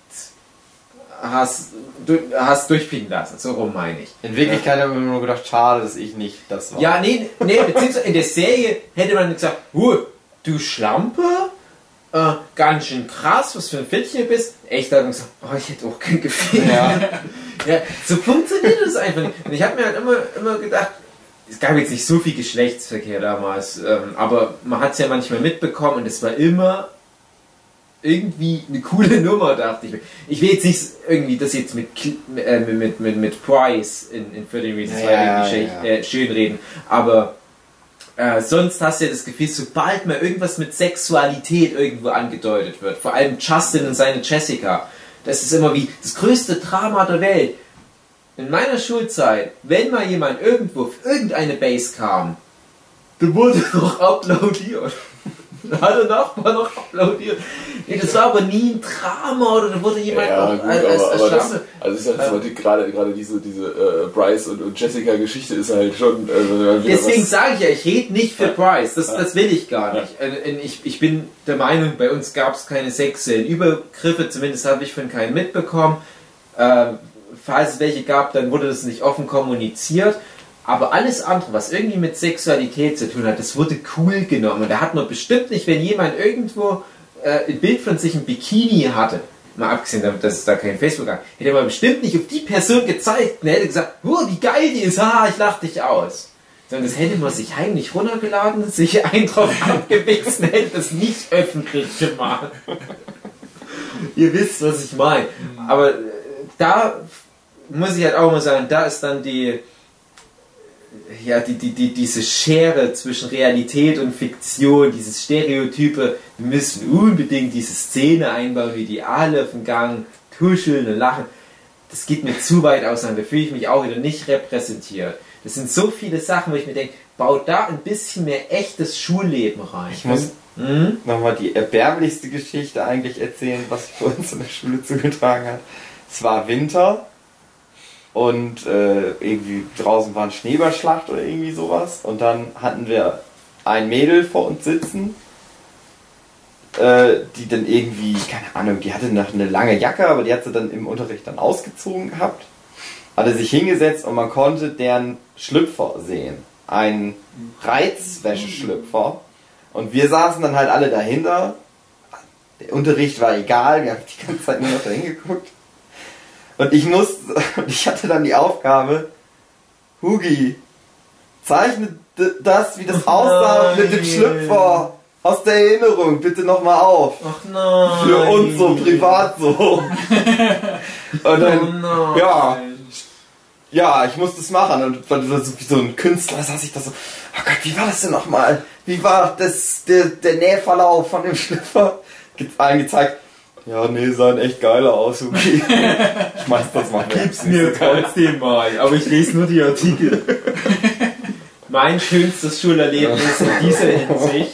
hast, du, hast durchficken lassen. So rum meine ich. In Wirklichkeit ja. habe ich mir nur gedacht, schade, dass ich nicht das war. Ja, nee, nee, beziehungsweise in der Serie hätte man gesagt, huh, du Schlampe, äh, ganz schön krass, was für ein Fittchen du bist. Echt, da hat man gesagt, oh, ich hätte auch kein Gefühl. Ja. Ja, so funktioniert das einfach nicht. Und ich habe mir halt immer, immer gedacht, es gab jetzt nicht so viel Geschlechtsverkehr damals, ähm, aber man hat es ja manchmal mitbekommen und es war immer irgendwie eine coole Nummer, dachte ich. Ich will jetzt nicht irgendwie das jetzt mit, äh, mit, mit, mit Price in, in vierzehn Reasons zwei ja, irgendwie ja, ja. Äh, schön reden, aber äh, sonst hast du ja das Gefühl, sobald mal irgendwas mit Sexualität irgendwo angedeutet wird, vor allem Justin und seine Jessica, das ist immer wie das größte Drama der Welt. In meiner Schulzeit, wenn mal jemand irgendwo auf irgendeine Base kam, dann wurde noch applaudiert. Da hat der Nachbar noch applaudiert. Nee, das war aber nie ein Drama oder da wurde jemand ja, noch gut, als, als, als das, also ich sag jetzt mal, die, gerade, gerade diese, diese äh, Bryce und, und Jessica Geschichte ist halt schon... Äh, Deswegen sage ich ja, ich rede nicht für Bryce, das, das will ich gar nicht. Ich, ich bin der Meinung, bei uns gab es keine sexuellen Übergriffe, zumindest habe ich von keinen mitbekommen. Äh, falls es welche gab, dann wurde das nicht offen kommuniziert. Aber alles andere, was irgendwie mit Sexualität zu tun hat, das wurde cool genommen. Und da hat man bestimmt nicht, wenn jemand irgendwo äh, ein Bild von sich im Bikini hatte, mal abgesehen davon, dass es da kein Facebook gab, hätte man bestimmt nicht auf die Person gezeigt und hätte gesagt, oh, wie geil die ist, ha, ich lach dich aus. Sondern das hätte man sich heimlich runtergeladen, sich einen drauf abgewichst und hätte das nicht öffentlich gemacht. Ihr wisst, was ich meine. Aber äh, da muss ich halt auch mal sagen, da ist dann die ja, die, die, die, diese Schere zwischen Realität und Fiktion, dieses Stereotype, wir müssen unbedingt diese Szene einbauen, wie die alle auf dem Gang tuscheln und lachen. Das geht mir zu weit auseinander, da fühle ich mich auch wieder nicht repräsentiert. Das sind so viele Sachen, wo ich mir denke, baut da ein bisschen mehr echtes Schulleben rein. Ich muss hm? nochmal die erbärmlichste Geschichte eigentlich erzählen, was sich bei uns in der Schule zugetragen hat. Es war Winter. Und äh, irgendwie draußen war eine Schneeballschlacht oder irgendwie sowas. Und dann hatten wir ein Mädel vor uns sitzen, äh, die dann irgendwie, keine Ahnung, die hatte noch eine lange Jacke, aber die hat sie dann im Unterricht dann ausgezogen gehabt. Hatte sich hingesetzt und man konnte deren Schlüpfer sehen. Ein Reizwäscheschlüpfer. Und wir saßen dann halt alle dahinter. Der Unterricht war egal, wir haben die ganze Zeit nur noch dahin geguckt. Und ich musste, ich hatte dann die Aufgabe, Hugi, zeichne das, wie das aussah mit dem Schlüpfer aus der Erinnerung, bitte nochmal auf. Ach nein. Für uns so, privat so. Und dann, oh ja, ja, ich musste es machen. Und dann so wie so ein Künstler saß ich da so, oh Gott, wie war das denn nochmal? Wie war das, der, der Nähverlauf von dem Schlüpfer? allen gezeigt. Ja, nee, sahen echt geiler aus, okay. Ich schmeiß das mal. Gib's mir trotzdem mal, aber ich lese nur die Artikel. Mein schönstes Schulerlebnis in dieser Hinsicht,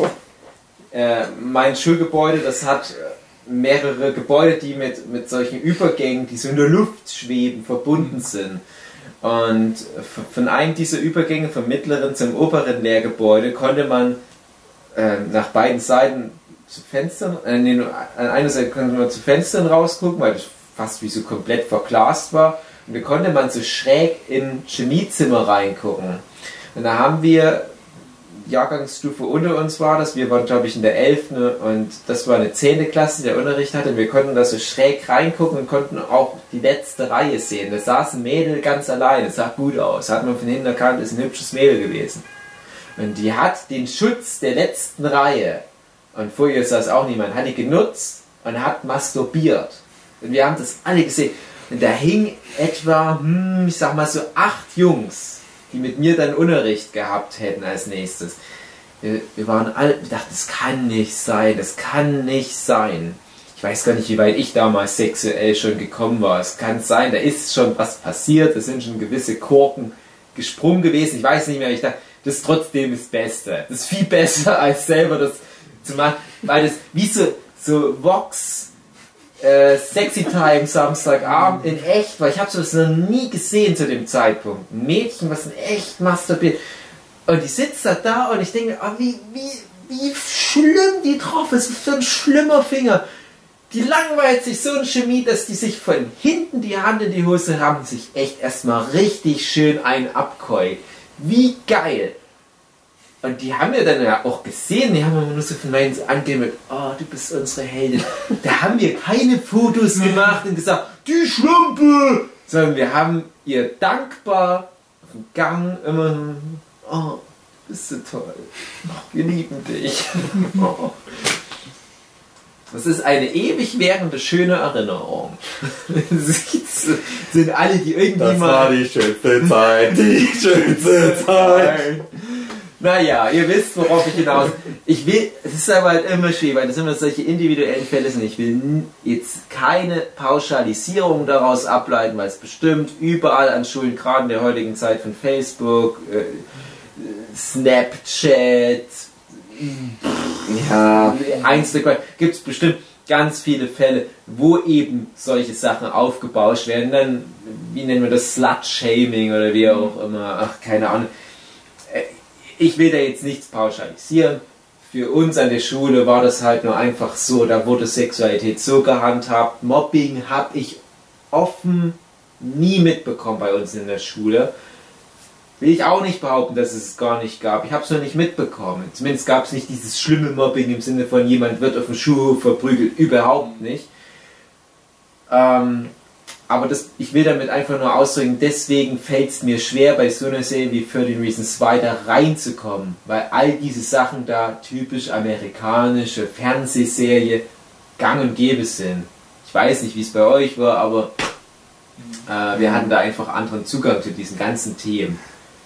äh, mein Schulgebäude, das hat mehrere Gebäude, die mit, mit solchen Übergängen, die so in der Luft schweben, verbunden sind. Und von einem dieser Übergänge, vom mittleren zum oberen Lehrgebäude, konnte man äh, nach beiden Seiten zu Fenstern, äh, nee, an einer Seite konnte man zu Fenstern rausgucken, weil das fast wie so komplett verglast war. Und da konnte man so schräg in Chemiezimmer reingucken. Und da haben wir, Jahrgangsstufe unter uns war das, wir waren glaube ich in der elften und das war eine zehnte Klasse, die der Unterricht hatte. Und wir konnten da so schräg reingucken und konnten auch die letzte Reihe sehen. Da saß ein Mädel ganz alleine, sah gut aus, hat man von hinten erkannt, ist ein hübsches Mädel gewesen. Und die hat den Schutz der letzten Reihe, und vor ihr saß auch niemand, hat die genutzt und hat masturbiert. Und wir haben das alle gesehen. Und da hing etwa, hm, ich sag mal so acht Jungs, die mit mir dann Unterricht gehabt hätten als nächstes. Wir, wir waren alle, wir dachten, das kann nicht sein, das kann nicht sein. Ich weiß gar nicht, wie weit ich damals sexuell schon gekommen war. Es kann sein, da ist schon was passiert, es sind schon gewisse Korken gesprungen gewesen. Ich weiß nicht mehr, ich dachte, das ist trotzdem das Beste. Das ist viel besser, als selber das zu machen, weil das wie so, so Vox äh, Sexy Time Samstagabend in echt war. Ich habe sowas noch nie gesehen zu dem Zeitpunkt. Ein Mädchen, was in echt masturbiert. Und die sitzt da, da und ich denke, oh, wie, wie, wie schlimm die drauf ist. Was für ein schlimmer Finger. Die langweilt sich so in Chemie, dass die sich von hinten die Hand in die Hose haben, sich echt erstmal richtig schön einen abkeult. Wie geil. Und die haben wir dann ja auch gesehen, die haben wir nur so von meinen angehört, oh, du bist unsere Heldin. Da haben wir keine Fotos gemacht und gesagt, die Schlampe! Sondern wir haben ihr dankbar auf dem Gang immer, oh, bist du toll. Wir lieben dich. Oh. Das ist eine ewig währende, schöne Erinnerung. Das sind alle, die irgendwie das mal... Das war die schönste Zeit, die schönste Zeit. Naja, ihr wisst, worauf ich hinaus. Ich will, es ist aber halt immer schwierig, weil das immer solche individuellen Fälle sind. Ich will jetzt keine Pauschalisierung daraus ableiten, weil es bestimmt überall an Schulen, gerade in der heutigen Zeit von Facebook, äh, Snapchat, ja, Instagram, gibt es bestimmt ganz viele Fälle, wo eben solche Sachen aufgebauscht werden. Dann, wie nennen wir das, Slut-Shaming oder wie auch immer, ach, keine Ahnung. Ich will da jetzt nichts pauschalisieren. Für uns an der Schule war das halt nur einfach so, da wurde Sexualität so gehandhabt. Mobbing habe ich offen nie mitbekommen bei uns in der Schule. Will ich auch nicht behaupten, dass es es gar nicht gab. Ich habe es noch nicht mitbekommen. Zumindest gab es nicht dieses schlimme Mobbing im Sinne von jemand wird auf dem Schulhof verprügelt. Überhaupt nicht. Ähm... Aber das, ich will damit einfach nur ausdrücken, deswegen fällt es mir schwer, bei so einer Serie wie thirteen Reasons Why da reinzukommen, weil all diese Sachen da typisch amerikanische Fernsehserie gang und gäbe sind. Ich weiß nicht, wie es bei euch war, aber äh, wir hatten da einfach anderen Zugang zu diesen ganzen Themen.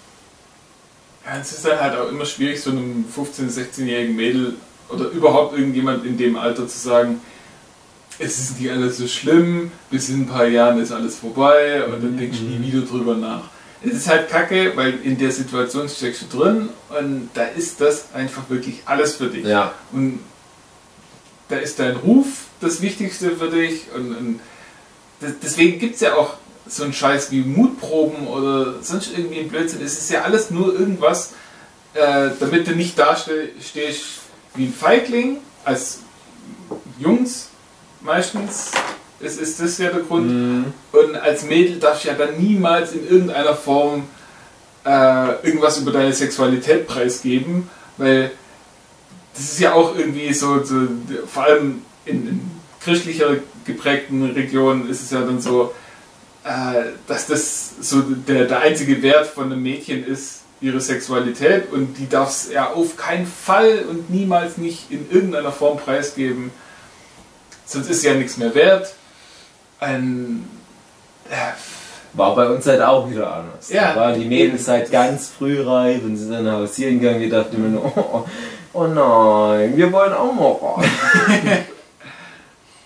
Ja, es ist dann halt auch immer schwierig, so einem fünfzehn-, sechzehnjährigen Mädel oder überhaupt irgendjemand in dem Alter zu sagen, es ist nicht alles so schlimm, bis in ein paar Jahren ist alles vorbei und dann denkst du nie wieder drüber nach. Es ist halt kacke, weil in der Situation steckst du drin und da ist das einfach wirklich alles für dich. Ja. Und da ist dein Ruf das Wichtigste für dich und, und deswegen gibt es ja auch so einen Scheiß wie Mutproben oder sonst irgendwie ein Blödsinn. Es ist ja alles nur irgendwas, äh, damit du nicht da stehst wie ein Feigling als Jungs. Meistens ist, ist das ja der Grund. Mm. Und als Mädel darfst du ja dann niemals in irgendeiner Form äh, irgendwas über deine Sexualität preisgeben, weil das ist ja auch irgendwie so, so vor allem in, in christlicher geprägten Regionen ist es ja dann so, äh, dass das so der, der einzige Wert von einem Mädchen ist, ihre Sexualität, und die darf es ja auf keinen Fall und niemals nicht in irgendeiner Form preisgeben. Sonst ist ja nichts mehr wert. Ein, äh, war bei uns halt auch wieder anders. Ja, da waren die Mädels halt ganz früh reif und sind dann hausieren gegangen. Wir dachten immer nur, oh, oh nein, wir wollen auch mal rein.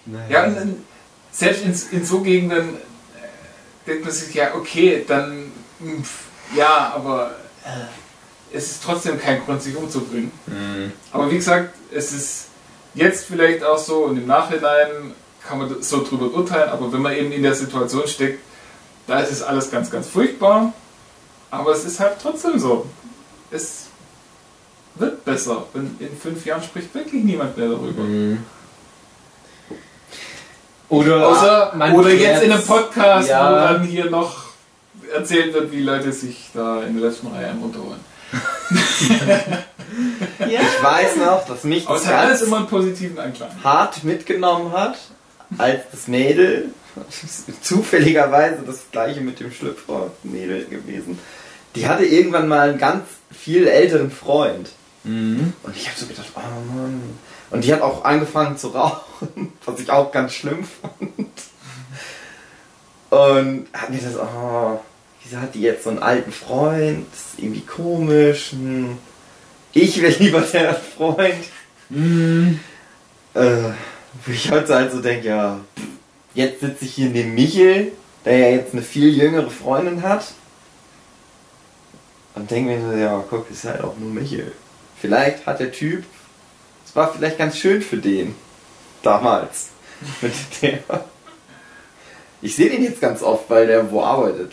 Naja. Ja, und dann, selbst in, in so Gegenden äh, denkt man sich, ja, okay, dann, pf, ja, aber äh, es ist trotzdem kein Grund, sich umzubringen. Mhm. Aber wie gesagt, es ist jetzt vielleicht auch so und im Nachhinein kann man so drüber urteilen, aber wenn man eben in der Situation steckt, da ist es alles ganz, ganz furchtbar, aber es ist halt trotzdem so. Es wird besser und in fünf Jahren spricht wirklich niemand mehr darüber. Mhm. Oder, Außer, oder jetzt in einem Podcast, ja. wo dann hier noch erzählt wird, wie Leute sich da in der letzten Reihe runterholen. Ja. Ich weiß noch, dass mich das hat alles immer einen positiven Anklang. Hart mitgenommen hat, als das Mädel, zufälligerweise das gleiche mit dem Schlüpfer-Mädel gewesen, die hatte irgendwann mal einen ganz viel älteren Freund. Mhm. Und ich habe so gedacht, oh Mann. Und die hat auch angefangen zu rauchen, was ich auch ganz schlimm fand. Und hat mir das, oh, wieso hat die jetzt so einen alten Freund? Das ist irgendwie komisch. Hm. Ich wäre lieber der Freund. Hm. Äh, wo ich heute halt so denke, ja, jetzt sitze ich hier neben Michel, der ja jetzt eine viel jüngere Freundin hat. Und denke mir so, ja, guck, ist halt auch nur Michel. Vielleicht hat der Typ, es war vielleicht ganz schön für den. Damals. Mit der. Ich sehe den jetzt ganz oft, weil der wo arbeitet.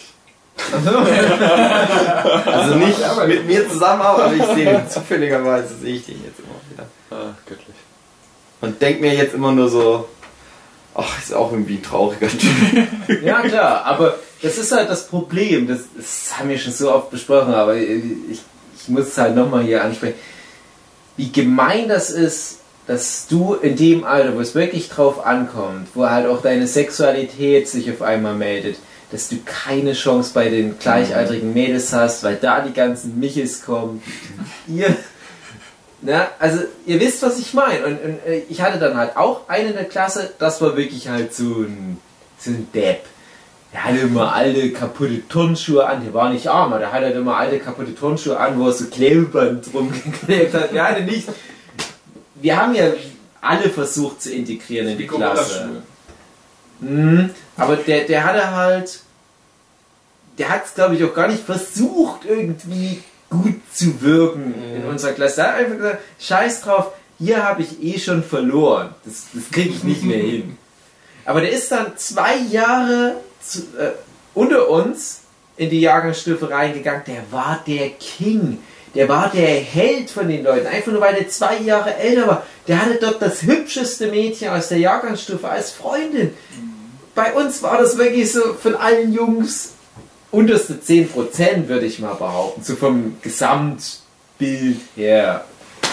Also nicht mit mir zusammen, aber ich sehe den zufälligerweise, sehe ich den jetzt immer wieder. Ah, göttlich. Und denk mir jetzt immer nur so, ach, ist auch irgendwie ein trauriger Typ. Ja klar, aber das ist halt das Problem, das, das haben wir schon so oft besprochen, aber ich, ich muss es halt nochmal hier ansprechen. Wie gemein das ist, dass du in dem Alter, wo es wirklich drauf ankommt, wo halt auch deine Sexualität sich auf einmal meldet, dass du keine Chance bei den gleichaltrigen Mädels hast, weil da die ganzen Michels kommen. Ihr, na, also ihr wisst, was ich meine. Und, und ich hatte dann halt auch einen in der Klasse, das war wirklich halt so ein, so ein Depp. Der hatte immer alte, kaputte Turnschuhe an, der war nicht arm, aber der hatte halt immer alte, kaputte Turnschuhe an, wo er so Klebeband rumgeklebt hat. Der hatte nichts. Wir haben ja alle versucht zu integrieren in die Klasse. Mhm, aber der, der hatte halt, der hat es glaube ich auch gar nicht versucht irgendwie gut zu wirken mhm. in unserer Klasse. Er hat einfach gesagt, scheiß drauf, hier habe ich eh schon verloren. Das, das kriege ich nicht mehr hin. Aber der ist dann zwei Jahre zu, äh, unter uns in die Jahrgangsstufe reingegangen. Der war der King. Der war der Held von den Leuten. Einfach nur, weil der zwei Jahre älter war. Der hatte dort das hübscheste Mädchen aus der Jahrgangsstufe als Freundin. Mhm. Bei uns war das wirklich so von allen Jungs unterste zehn Prozent, würde ich mal behaupten. So vom Gesamtbild her.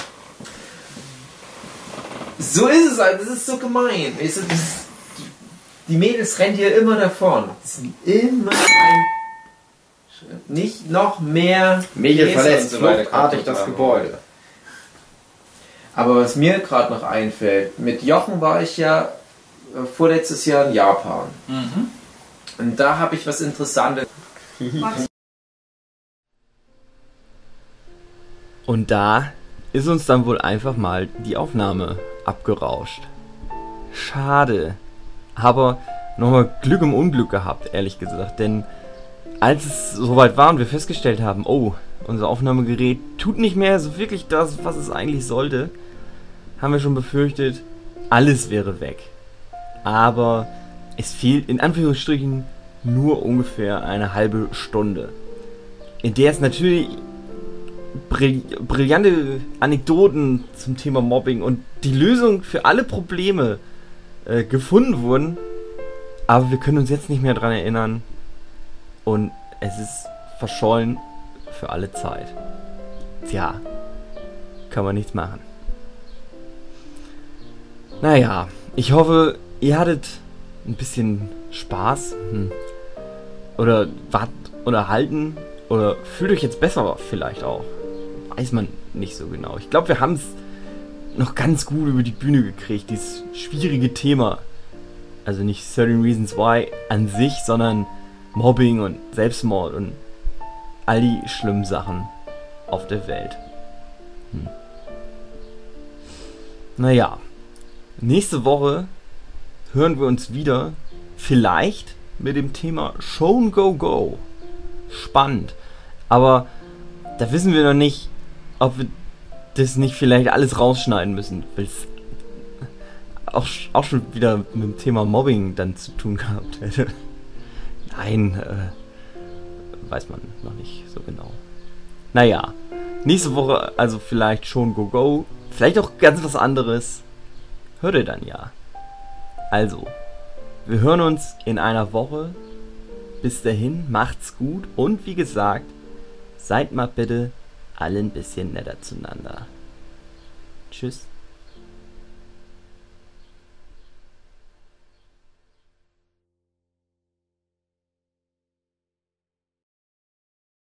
So ist es halt. Das ist so gemein. Weißt du, das, die Mädels rennen hier immer davon. Das sind immer ein... Nicht noch mehr... Mädel verlässt so fluchtartig das Gebäude. Aber was mir gerade noch einfällt, mit Jochen war ich ja vorletztes Jahr in Japan. Mhm. Und da habe ich was Interessantes. Und da ist uns dann wohl einfach mal die Aufnahme abgerauscht. Schade. Aber nochmal Glück im Unglück gehabt, ehrlich gesagt. Denn als es soweit war und wir festgestellt haben, oh, unser Aufnahmegerät tut nicht mehr so wirklich das, was es eigentlich sollte, haben wir schon befürchtet, alles wäre weg. Aber es fehlt in Anführungsstrichen nur ungefähr eine halbe Stunde, in der es natürlich brill- brillante Anekdoten zum Thema Mobbing und die Lösung für alle Probleme äh, gefunden wurden, aber wir können uns jetzt nicht mehr dran erinnern und es ist verschollen für alle Zeit. Tja, kann man nichts machen. Naja, ich hoffe, ihr hattet ein bisschen Spaß hm. oder wart unterhalten oder fühlt euch jetzt besser vielleicht auch. Weiß man nicht so genau. Ich glaube, wir haben es noch ganz gut über die Bühne gekriegt, dieses schwierige Thema. Also nicht thirteen Reasons Why an sich, sondern Mobbing und Selbstmord und all die schlimmen Sachen auf der Welt. Hm. Naja, nächste Woche hören wir uns wieder. Vielleicht mit dem Thema Show and Go Go. Spannend. Aber da wissen wir noch nicht, ob wir das nicht vielleicht alles rausschneiden müssen. Weil es auch, auch schon wieder mit dem Thema Mobbing dann zu tun gehabt hätte. Nein, äh, weiß man noch nicht so genau. Naja, nächste Woche also vielleicht schon Go Go. Vielleicht auch ganz was anderes. Hört ihr dann ja. Also, wir hören uns in einer Woche. Bis dahin, macht's gut. Und wie gesagt, seid mal bitte alle ein bisschen netter zueinander. Tschüss.